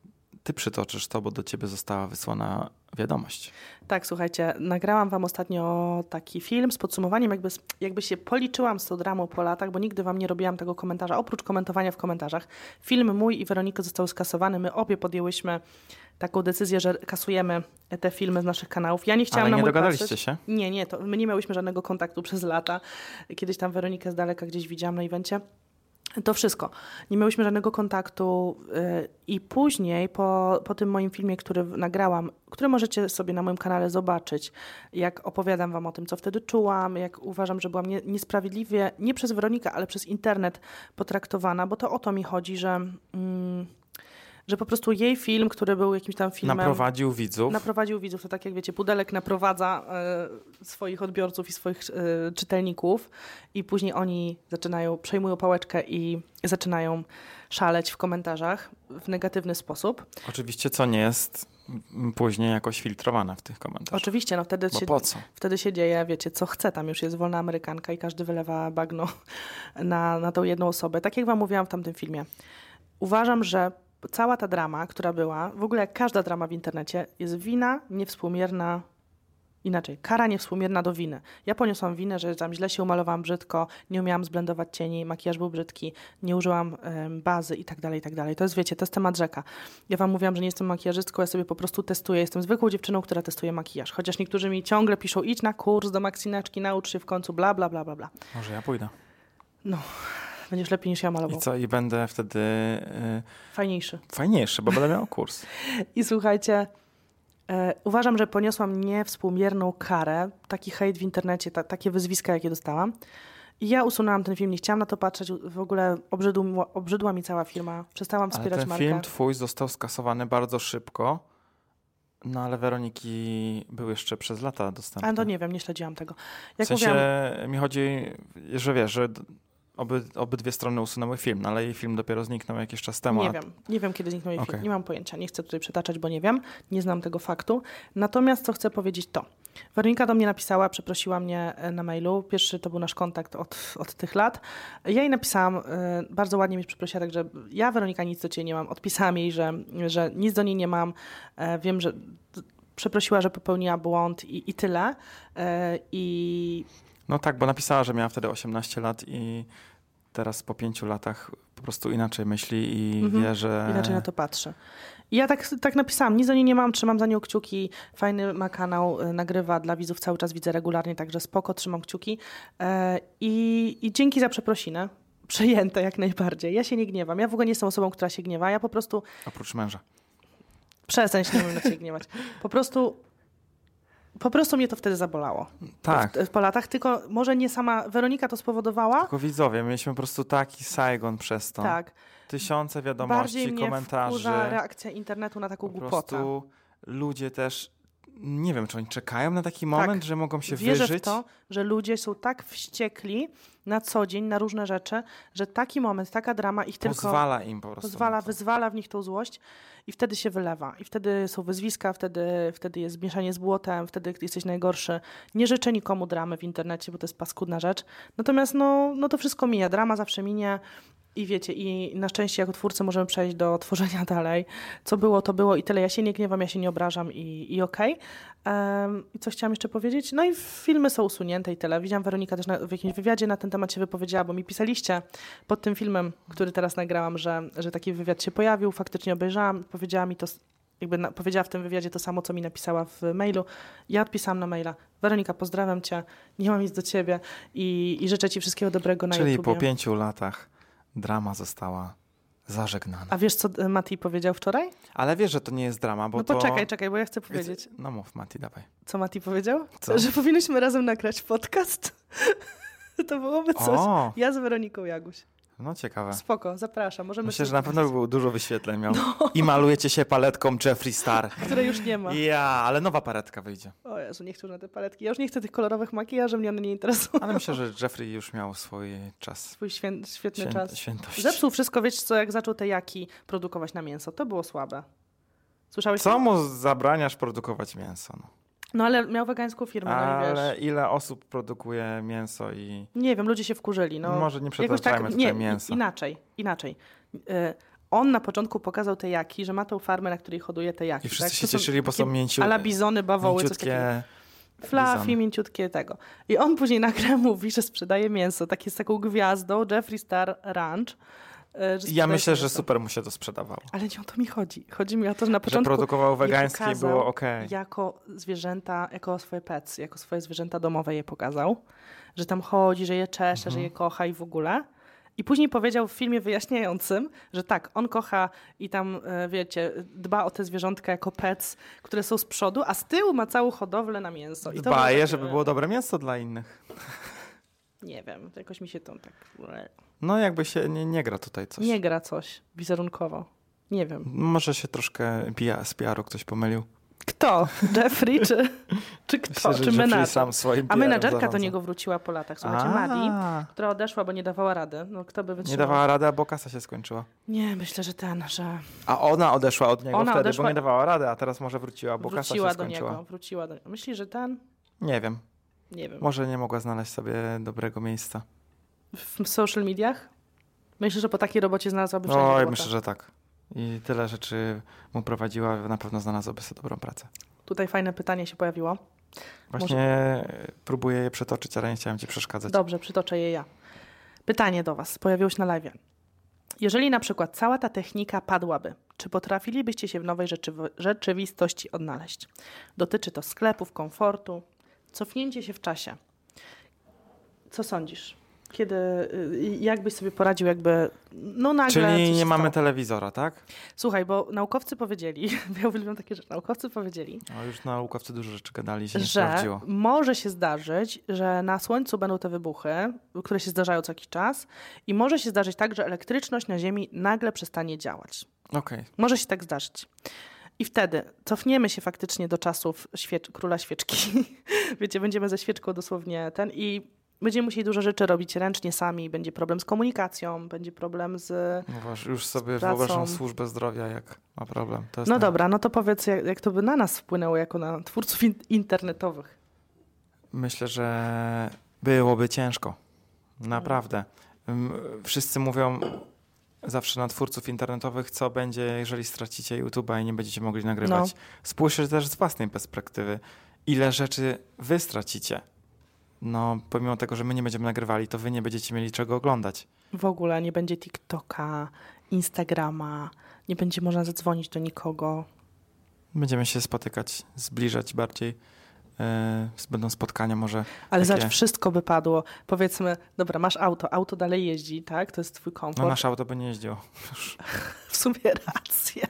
ty przytoczysz to, bo do ciebie została wysłana wiadomość. Tak, słuchajcie, nagrałam wam ostatnio taki film z podsumowaniem, jakby, jakby się policzyłam z tą dramą po latach, bo nigdy wam nie robiłam tego komentarza, oprócz komentowania w komentarzach. Film mój i Weroniki został skasowany. My obie podjęłyśmy taką decyzję, że kasujemy te filmy z naszych kanałów. Ja nie chciałam Ale na nie mój dogadaliście patrzeć. się? Nie, nie, to my nie miałyśmy żadnego kontaktu przez lata. Kiedyś tam Weronikę z daleka gdzieś widziałam na evencie. To wszystko. Nie miałyśmy żadnego kontaktu yy, i później po, po tym moim filmie, który nagrałam, który możecie sobie na moim kanale zobaczyć, jak opowiadam wam o tym, co wtedy czułam, jak uważam, że byłam nie, niesprawiedliwie, nie przez Weronikę, ale przez internet potraktowana, bo to o to mi chodzi, że... Yy, że po prostu jej film, który był jakimś tam filmem... Naprowadził widzów. Naprowadził widzów. To tak jak wiecie, Pudelek naprowadza y, swoich odbiorców i swoich y, czytelników i później oni zaczynają, przejmują pałeczkę i zaczynają szaleć w komentarzach w negatywny sposób. Oczywiście, co nie jest później jakoś filtrowane w tych komentarzach. Oczywiście, no wtedy, Bo się, po co? wtedy się dzieje, wiecie, co chce. Tam już jest wolna amerykanka i każdy wylewa bagno na, na tą jedną osobę. Tak jak wam mówiłam w tamtym filmie. Uważam, że cała ta drama, która była, w ogóle jak każda drama w internecie, jest wina niewspółmierna, inaczej, kara niewspółmierna do winy. Ja poniosłam winę, że tam źle się umalowałam brzydko, nie umiałam zblendować cieni, makijaż był brzydki, nie użyłam ym, bazy i tak dalej, i tak dalej. To jest, wiecie, to jest temat rzeka. Ja wam mówiłam, że nie jestem makijażystką, ja sobie po prostu testuję. Jestem zwykłą dziewczyną, która testuje makijaż. Chociaż niektórzy mi ciągle piszą, idź na kurs do Maksineczki, naucz się w końcu, bla, bla, bla, bla, bla. Może ja pójdę. No, będziesz lepiej niż ja malował. I co? I będę wtedy yy, Fajniejszy. fajniejszy, bo będę miał kurs. I słuchajcie, e, uważam, że poniosłam niewspółmierną karę, taki hejt w internecie, ta, takie wyzwiska, jakie dostałam. I ja usunęłam ten film, nie chciałam na to patrzeć, w ogóle obrzydł, obrzydła mi cała firma, przestałam wspierać ale ten markę. film twój został skasowany bardzo szybko, no ale Weroniki był jeszcze przez lata dostępny. Ale to nie wiem, nie śledziłam tego. Jak w sensie mówiłam, mi chodzi, że wiesz, że Oby, obydwie strony usunęły film, no ale jej film dopiero zniknął jakiś czas temu. nie a... wiem, nie wiem kiedy zniknął jej Okay. film, nie mam pojęcia, nie chcę tutaj przytaczać, bo nie wiem, nie znam tego faktu. Natomiast co chcę powiedzieć to, Weronika do mnie napisała, przeprosiła mnie na mailu, pierwszy to był nasz kontakt od, od tych lat. Ja jej napisałam, bardzo ładnie mnie przeprosiła, także ja Weronika nic do ciebie nie mam, odpisałam jej, że, że nic do niej nie mam, wiem, że przeprosiła, że popełniła błąd i, i tyle. I... No tak, bo napisała, że miała wtedy osiemnaście lat i teraz po pięciu latach po prostu inaczej myśli i mhm. wie, że... Inaczej na to patrzy. I ja tak, tak napisałam, nic za niej nie mam, trzymam za nią kciuki, fajny ma kanał, y, nagrywa dla widzów, cały czas widzę regularnie, także spoko, trzymam kciuki. Y, i, I dzięki za przeprosinę, przejęte jak najbardziej. Ja się nie gniewam, ja w ogóle nie jestem osobą, która się gniewa, ja po prostu... Oprócz męża. Przestań się, nie umiem na ciebie gniewać. Po prostu... Po prostu mnie to wtedy zabolało. Tak. W, po latach, tylko może nie sama Weronika to spowodowała. Tylko widzowie, mieliśmy po prostu taki Saigon przez to. Tak. Tysiące wiadomości, Bardziej mnie komentarzy. wkurza reakcja internetu na taką po głupotę. Po prostu ludzie też, nie wiem, czy oni czekają na taki moment, tak. że mogą się Wierzę wyżyć. w to, że ludzie są tak wściekli na co dzień, na różne rzeczy, że taki moment, taka drama ich tylko... Pozwala im po prostu. Pozwala, wyzwala w nich tą złość i wtedy się wylewa. I wtedy są wyzwiska, wtedy, wtedy jest mieszanie z błotem, wtedy jesteś najgorszy. Nie życzę nikomu dramy w internecie, bo to jest paskudna rzecz. Natomiast no, no to wszystko mija. Drama zawsze minie. I wiecie, i na szczęście jako twórcy możemy przejść do tworzenia dalej. Co było, to było i tyle. Ja się nie gniewam, ja się nie obrażam i, i okej. Okay. Um, I co chciałam jeszcze powiedzieć? No i filmy są usunięte i tyle. Widziałam, Weronika też na, w jakimś wywiadzie na ten temat się wypowiedziała, bo mi pisaliście pod tym filmem, który teraz nagrałam, że, że taki wywiad się pojawił. Faktycznie obejrzałam, powiedziała mi to, jakby na, powiedziała w tym wywiadzie to samo, co mi napisała w mailu. Ja odpisałam na maila. Weronika, pozdrawiam cię, nie mam nic do ciebie i, i życzę ci wszystkiego dobrego na Czyli YouTubie. Czyli po pięciu latach drama została zażegnana. A wiesz, co Mati powiedział wczoraj? Ale wiesz, że to nie jest drama, bo no to... No poczekaj, czekaj, bo ja chcę powiedzieć. No mów, Mati, dawaj. Co Mati powiedział? Co? Że powinniśmy razem nagrać podcast. To byłoby coś. O! Ja z Weroniką Jaguś. No ciekawe. Spoko, zapraszam. Możemy Myślę, że na pewno by było dużo wyświetleń miał. No. I malujecie się paletką Jeffree Star. Której już nie ma. Ja, ale nowa paletka wyjdzie. O Jezu, nie chcę już na te paletki. Ja już nie chcę tych kolorowych makijaży, mnie one nie interesują. Ale myślę, że Jeffree już miał swój czas. Swój świę świetny Świę czas. Świętość. Zepsuł wszystko, wiecie co, jak zaczął te jaki produkować na mięso. To było słabe. Słyszałeś? Co mu zabraniasz produkować mięso? No, no ale miał wegańską firmę, ale no i wiesz. Ale ile osób produkuje mięso i... Nie wiem, ludzie się wkurzyli. No, może nie przetraczajmy tak, tutaj nie, mięsa. Inaczej, inaczej. Yy, On na początku pokazał te jaki, że ma tą farmę, na której hoduje te jaki. I wszyscy tak? się cieszyli, bo są mięciutkie. Ala bizony, bawoły, coś takiego. Fluffy, mięciutkie tego. I on później nagle mówi, że sprzedaje mięso. Takie z taką gwiazdą, Jeffree Star Ranch. Ja myślę, że super mu się to sprzedawało. Ale nie o to mi chodzi. Chodzi mi o to, że na początku że produkował wegańskie i było okej. Okay. Jako zwierzęta, jako swoje pets, jako swoje zwierzęta domowe je pokazał. Że tam chodzi, że je czesze, mhm. że je kocha i w ogóle. I później powiedział w filmie wyjaśniającym, że tak, on kocha i tam, wiecie, dba o te zwierzątka jako pets, które są z przodu, a z tyłu ma całą hodowlę na mięso. I Dba je, żeby było dobre mięso dla innych. Nie wiem, jakoś mi się to tak... No jakby się nie, nie gra tutaj coś. Nie gra coś wizerunkowo. Nie wiem. Może się troszkę z P R u ktoś pomylił. Kto? Jeffrey czy, czy kto? Myślę, czy menadżer? Sam swoim A menadżerka do niego wróciła po latach. Słuchajcie, A. Maddie, która odeszła, bo nie dawała rady. No, kto by wytrzymał? Nie dawała rady, bo kasa się skończyła. Nie, myślę, że ten, że... A ona odeszła od niego ona wtedy, odeszła... bo nie dawała rady, a teraz może wróciła, bo wróciła kasa się skończyła. Do niego, wróciła do niego. Myślisz, że ten? Nie wiem. Nie wiem. Może nie mogła znaleźć sobie dobrego miejsca. W social mediach? Myślę, że po takiej robocie znalazłaby wszędzie Oj, robotę. myślę, że tak. I tyle rzeczy mu prowadziła, na pewno znalazłaby sobie dobrą pracę. Tutaj fajne pytanie się pojawiło. Właśnie Może... próbuję je przetoczyć, ale nie chciałem ci przeszkadzać. Dobrze, przytoczę je ja. Pytanie do was pojawiło się na live. Jeżeli na przykład cała ta technika padłaby, czy potrafilibyście się w nowej rzeczywi- rzeczywistości odnaleźć? Dotyczy to sklepów, komfortu, cofnięcie się w czasie. Co sądzisz? Kiedy, jak byś sobie poradził, jakby no nagle... Czyli nie mamy telewizora, tak? Słuchaj, bo naukowcy powiedzieli, ja uwielbiam takie rzeczy, naukowcy powiedzieli, no już naukowcy dużo rzeczy gadali, się nie że sprawdziło. może się zdarzyć, że na Słońcu będą te wybuchy, które się zdarzają co jakiś czas i może się zdarzyć tak, że elektryczność na Ziemi nagle przestanie działać. Okej. Może się tak zdarzyć. I wtedy cofniemy się faktycznie do czasów świecz- króla świeczki. Wiecie, będziemy ze świeczką dosłownie ten i będziemy musieli dużo rzeczy robić ręcznie sami. Będzie problem z komunikacją, będzie problem z no już sobie pracą. wyobrażam służbę zdrowia, jak ma problem. To jest no tak. dobra, no to powiedz, jak, jak to by na nas wpłynęło jako na twórców in- internetowych? Myślę, że byłoby ciężko. Naprawdę. Wszyscy mówią zawsze na twórców internetowych, co będzie, jeżeli stracicie YouTube'a i nie będziecie mogli nagrywać. No. Spójrzcie też z własnej perspektywy. Ile rzeczy wy stracicie. No, pomimo tego, że my nie będziemy nagrywali, to wy nie będziecie mieli czego oglądać. W ogóle nie będzie TikToka, Instagrama, nie będzie można zadzwonić do nikogo. Będziemy się spotykać, zbliżać bardziej. Yy, będą spotkania może. Ale takie... zobacz, wszystko by padło. Powiedzmy, dobra, masz auto, auto dalej jeździ, tak? To jest twój komfort. No nasze auto by nie jeździło. W sumie racja.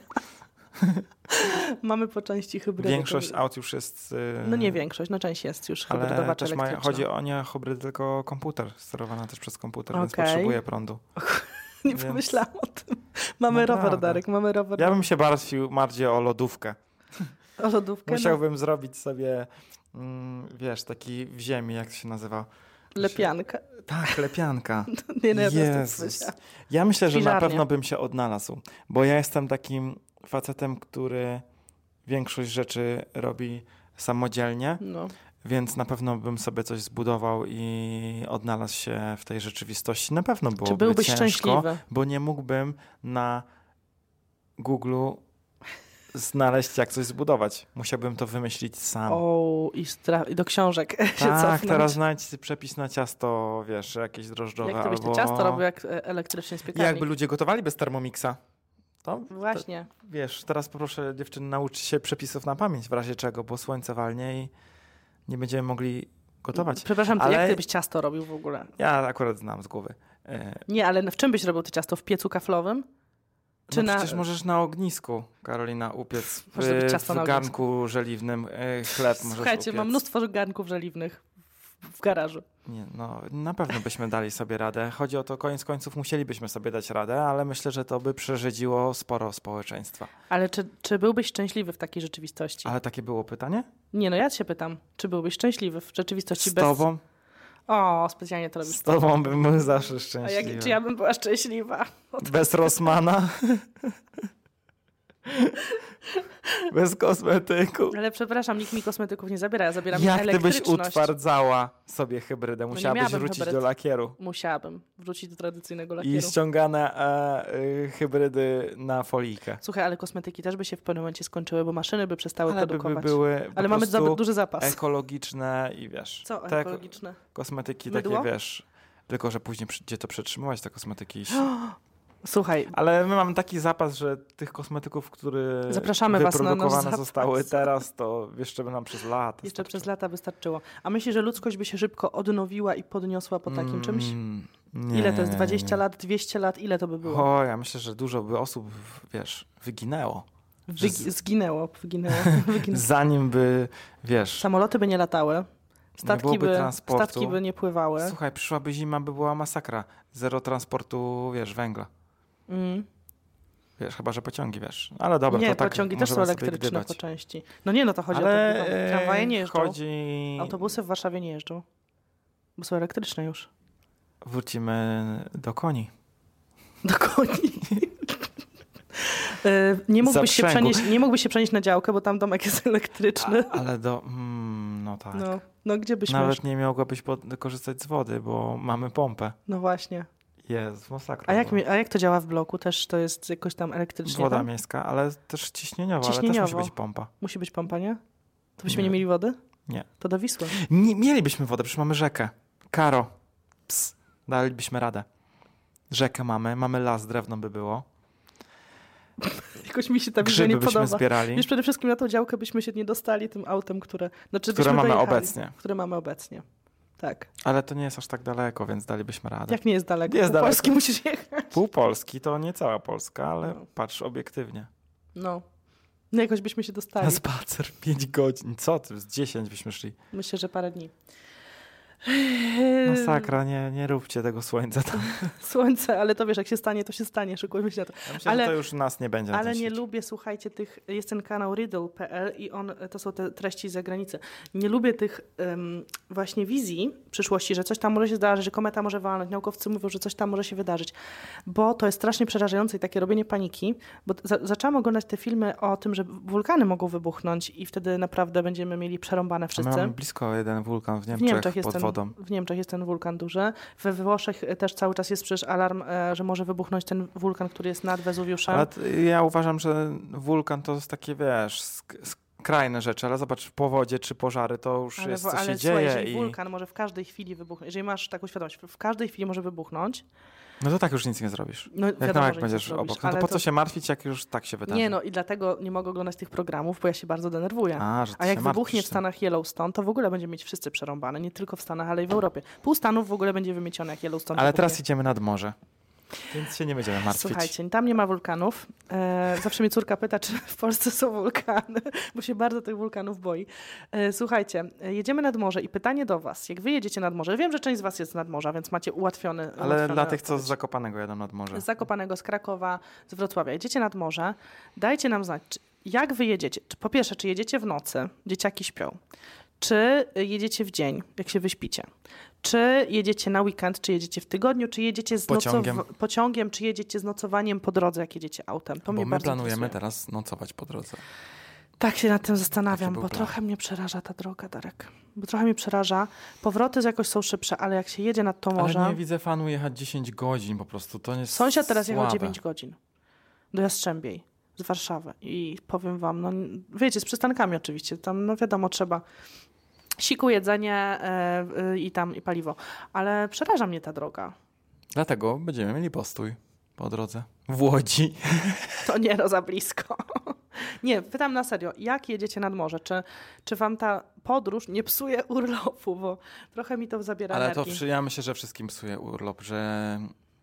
Mamy po części hybrydy. Większość to... aut już jest... Yy... No nie większość, no część jest już hybrydowa ale czy też ma, elektryczna. chodzi o nie hybrydy, tylko komputer, sterowana też przez komputer, okay. więc potrzebuje prądu. Nie więc... pomyślałam o tym. Mamy Naprawdę. rower, Darek, mamy rower. Ja bym się martwił bardziej o lodówkę. O lodówkę? Musiałbym no. zrobić sobie, mm, wiesz, taki w ziemi, jak to się nazywa? Lepianka. Tak, lepianka. nie, no, Jezus. Ja myślę, że Piżarnia. na pewno bym się odnalazł, bo ja jestem takim facetem, który większość rzeczy robi samodzielnie, no. więc na pewno bym sobie coś zbudował i odnalazł się w tej rzeczywistości. Na pewno byłoby Czy byłbyś ciężko, szczęśliwy? Bo nie mógłbym na Google'u znaleźć, jak coś zbudować. Musiałbym to wymyślić sam. O, i, stra- i do książek tak, się cofnąć. teraz znajdź przepis na ciasto, wiesz, jakieś drożdżowe. Jak ty byś albo... to ciasto robił jak elektrycznie z piekarni? Jakby ludzie gotowali bez Thermomixa. To, Właśnie. To, wiesz, teraz poproszę dziewczyny nauczyć się przepisów na pamięć, w razie czego, bo słońce walnie i nie będziemy mogli gotować. Przepraszam, ale... jak ty byś ciasto robił w ogóle? Ja akurat znam z głowy. E... Nie, ale w czym byś robił to ciasto? W piecu kaflowym? Czy no na... przecież możesz na ognisku, Karolina, upiec w, w garnku żeliwnym e, chleb. Słuchajcie, możesz upiec. mam mnóstwo garnków żeliwnych w, w garażu. Nie, no na pewno byśmy dali sobie radę. Chodzi o to, koniec końców musielibyśmy sobie dać radę, ale myślę, że to by przerzedziło sporo społeczeństwa. Ale czy, czy byłbyś szczęśliwy w takiej rzeczywistości? Ale takie było pytanie? Nie, no ja cię pytam. Czy byłbyś szczęśliwy w rzeczywistości z bez... Z tobą? O, specjalnie to robisz. Z tobą bym był zawsze szczęśliwy. A jak, czy ja bym była szczęśliwa? Bez Rossmana? Bez kosmetyku. Ale przepraszam, nikt mi kosmetyków nie zabiera, ja zabieram Jak ty byś elektryczność. utwardzała sobie hybrydę? nie Musiałabyś miałabym wrócić hybrydy. do lakieru. Musiałabym wrócić do tradycyjnego lakieru. I ściągane e, y, hybrydy na folijkę. Słuchaj, ale kosmetyki też by się w pewnym momencie skończyły, bo maszyny by przestały Ale by, by produkować. były po ale mamy za, prostu duży zapas. ekologiczne i wiesz. Co te ekologiczne? Kosmetyki Mydło? takie, wiesz, tylko że później gdzie to przetrzymywać, te kosmetyki. Słuchaj, Ale my mamy taki zapas, że tych kosmetyków, które Zapraszamy was na nasz wyprodukowane zapas. zostały teraz, to jeszcze by nam przez lata jeszcze starczyło. przez lata wystarczyło. A myślisz, że ludzkość by się szybko odnowiła i podniosła po takim Mm, czymś? Nie, Ile to jest? nie, dwadzieścia nie. lat, dwieście lat? Ile to by było? O, ja myślę, że dużo by osób, wiesz, wyginęło. Wygi- z- zginęło, wyginęło. wyginęło. Zanim by, wiesz, Samoloty by nie latały. Statki byłoby by, transportu. statki by nie pływały. słuchaj, przyszłaby zima, by była masakra. Zero transportu, wiesz, węgla. Mm. Wiesz, chyba, że pociągi, wiesz. Ale dobra, nie, to tak pociągi też są możemy sobie elektryczne gdybać. po części. No nie, no to chodzi Ale o to, no, tramwaje nie jeżdżą. chodzi... Autobusy w Warszawie nie jeżdżą. Bo są elektryczne już. Wrócimy do koni. Do koni. E, nie, mógłbyś się Zaprzęgu. przenieść, nie mógłbyś się przenieść na działkę, bo tam domek jest elektryczny. A, ale do... Mm, no tak. No, no gdzie byś Nawet miał? nie mogłabyś pod, korzystać z wody, bo mamy pompę. No właśnie. Jest, masakra. A jak, była. mi, a jak to działa w bloku? Też to jest jakoś tam elektrycznie? Woda tam? miejska, ale też ciśnieniowa, ale Ciśnieniowo. też musi być pompa. Musi być pompa, nie? To byśmy Nie. nie mieli wody? Nie. To do Wisły. Nie mielibyśmy wodę, przecież mamy rzekę. Karo. Ps, dalibyśmy radę. Rzekę mamy, mamy las, drewno by było. Jakoś mi się ta wizja nie Grzyby byśmy podoba. zbierali, Wiesz, przede wszystkim na tą działkę byśmy się nie dostali tym autem, które... Znaczy, które byśmy mamy dojechali, obecnie. Które mamy obecnie. Tak. Ale to nie jest aż tak daleko, więc dalibyśmy radę. Jak nie jest daleko? Nie jest Po daleko. Polski musisz jechać. Pół Polski to nie cała Polska, ale No. patrz obiektywnie. No. No jakoś byśmy się dostali. Na spacer pięć godzin. Co ty? Z dziesięć byśmy szli. Myślę, że parę dni. Masakra, nie, nie róbcie tego słońca. Tam. Słońce, ale to wiesz, jak się stanie, to się stanie. Szykujmy się na to. Ja myślę, Ale- że to już nas nie będzie na Ale tym nie świecie. lubię, słuchajcie, tych, jest ten kanał riddle kropka p l i on, to są te treści z zagranicy. Nie lubię tych um, właśnie wizji przyszłości, że coś tam może się zdarzyć, że kometa może walnąć, naukowcy mówią, że coś tam może się wydarzyć, bo to jest strasznie przerażające i takie robienie paniki, bo za, zaczęłam oglądać te filmy o tym, że wulkany mogą wybuchnąć i wtedy naprawdę będziemy mieli przerąbane A my wszyscy. mamy blisko jeden wulkan w W Niemczech, Niemczech, jest pod ten, wodą. w Niemczech jest ten wulkan duży. We Włoszech też cały czas jest przecież alarm, e, że może wybuchnąć ten wulkan, który jest nad Wezuwiuszem. Ale t- ja uważam, że wulkan to jest takie, wiesz, sk- skrajne rzeczy, ale zobacz, w powodzie czy pożary to już Ale, jest, wo- co ale się słuchaj, dzieje. jeżeli I... wulkan może w każdej chwili wybuchnąć, jeżeli masz taką świadomość, w każdej chwili może wybuchnąć, No to tak już nic nie zrobisz. no Jak wiadomo, tam jak że nic będziesz nie zrobisz, obok. No to ale po co się martwić, jak już tak się wydarzy? Nie no i dlatego nie mogę oglądać tych programów, bo ja się bardzo denerwuję. A, że ty A jak się wybuchnie martwisz w tym. Stanach Yellowstone, to w ogóle będziemy mieć wszyscy przerąbane, nie tylko w Stanach, ale i w Europie. Pół Stanów w ogóle będzie wymiecione, jak Yellowstone Ale wybuchnie. teraz idziemy nad morze, więc się nie będziemy martwić. Słuchajcie, tam nie ma wulkanów. E, zawsze mnie córka pyta, czy w Polsce są wulkany, bo się bardzo tych wulkanów boi. E, słuchajcie, e, jedziemy nad morze i pytanie do was. Jak wy jedziecie nad morze, wiem, że część z was jest nad morza, więc macie ułatwiony Ale ułatwiony dla tych, co z odpowiedź. Zakopanego jadą nad morze. Z Zakopanego, z Krakowa, z Wrocławia. Jedziecie nad morze, dajcie nam znać, czy, jak wy jedziecie. Czy, po pierwsze, czy jedziecie w nocy, dzieciaki śpią, czy jedziecie w dzień, jak się wyśpicie. Czy jedziecie na weekend, czy jedziecie w tygodniu, czy jedziecie z Pociągiem. nocow- pociągiem, czy jedziecie z nocowaniem po drodze, jak jedziecie autem. To Bo mnie my bardzo planujemy interesuje. teraz nocować po drodze. Tak się nad tym zastanawiam, Taki był bo plan. trochę mnie przeraża ta droga, Darek. Bo trochę mnie przeraża. Powroty jakoś są szybsze, ale jak się jedzie nad to morze... Ale nie widzę fanu jechać dziesięć godzin po prostu, to nie jest Sąsiad teraz jechał słabe. dziewięć godzin do Jastrzębiej z Warszawy i powiem wam, no wiecie, z przystankami oczywiście, tam no wiadomo, trzeba siku, jedzenie e, y, i tam i paliwo, ale przeraża mnie ta droga. Dlatego będziemy mieli postój po drodze. W Łodzi. To nie, no za blisko. Nie, pytam na serio, jak jedziecie nad morze? Czy, czy wam ta podróż nie psuje urlopu? Bo trochę mi to zabiera Ale to energii. przy, ja myślę, że wszystkim psuje urlop, że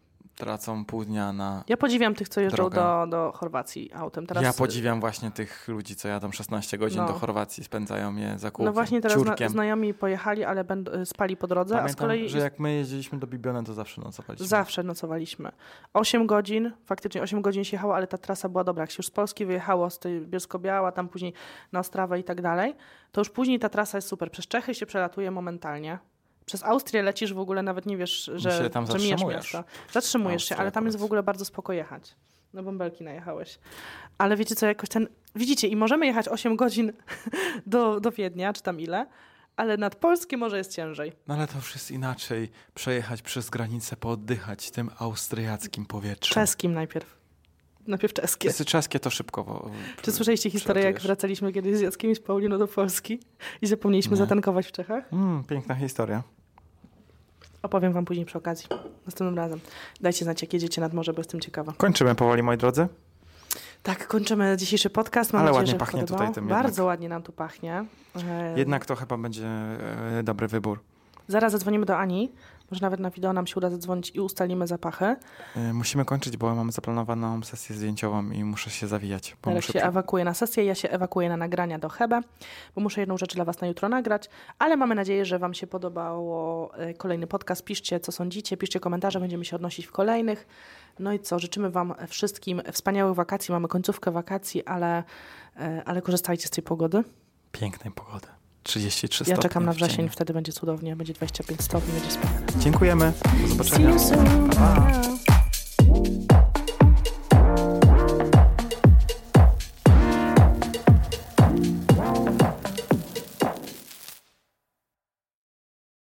tracą pół dnia na... Ja podziwiam tych, co jeżdżą Drogę. do, do Chorwacji autem. Teraz, Ja podziwiam właśnie tych ludzi, co jadą szesnaście godzin No. do Chorwacji, spędzają je za kółkiem, No właśnie teraz zna, ciurkiem. znajomi pojechali, ale będą, spali po drodze, Pamiętam, a z kolei że jak my jeździliśmy do Bibione, to zawsze nocowaliśmy. zawsze nocowaliśmy. osiem godzin, faktycznie osiem godzin się jechało, ale ta trasa była dobra. Jak się już z Polski wyjechało, z tej Bielsko-Biała, tam później na Ostrawę i tak dalej, to już później ta trasa jest super. Przez Czechy się przelatuje momentalnie. Przez Austrię lecisz w ogóle, nawet nie wiesz, że, się tam że mijasz zatrzymujesz. miasto. Zatrzymujesz się, Austria ale tam jest w akurat. ogóle bardzo spoko jechać. No bąbelki najechałeś. Ale wiecie co, jakoś ten... Widzicie, i możemy jechać osiem godzin do, do Wiednia, czy tam ile, ale nad Polskie może jest ciężej. No ale to już jest inaczej. Przejechać przez granicę, pooddychać tym austriackim powietrzem. Czeskim najpierw. Najpierw czeskie. Czeskie to szybko. Bo, Czy słyszeliście historię, jak wracaliśmy kiedyś z Jackiem i z Pauliną do Polski i zapomnieliśmy Nie. zatankować w Czechach? Mm, piękna historia. Opowiem wam później przy okazji. Następnym razem. Dajcie znać, jak jedziecie nad morze, bo jestem ciekawa. Kończymy powoli, moi drodzy. Tak, kończymy dzisiejszy podcast. Mam Ale nadzieję, ładnie że pachnie podobał. tutaj tym Bardzo jednak. ładnie nam tu pachnie. Jednak to chyba będzie dobry wybór. Zaraz zadzwonimy do Ani. Może nawet na wideo nam się uda zadzwonić i ustalimy zapachy. Musimy kończyć, bo mam zaplanowaną sesję zdjęciową i muszę się zawijać. Bo muszę się przy... ewakuuje na sesję, ja się ewakuuję na nagrania do Hebe, bo muszę jedną rzecz dla was na jutro nagrać, ale mamy nadzieję, że wam się podobało kolejny podcast. Piszcie, co sądzicie, piszcie komentarze, będziemy się odnosić w kolejnych. No i co, życzymy wam wszystkim wspaniałych wakacji. Mamy końcówkę wakacji, ale, ale korzystajcie z tej pogody. Pięknej pogody. trzydzieści trzy ja stopnie. Ja czekam na wrzesień, wtedy będzie cudownie, będzie dwadzieścia pięć stopni, będzie wspaniale. Dziękujemy. Do zobaczenia. See you soon. Pa.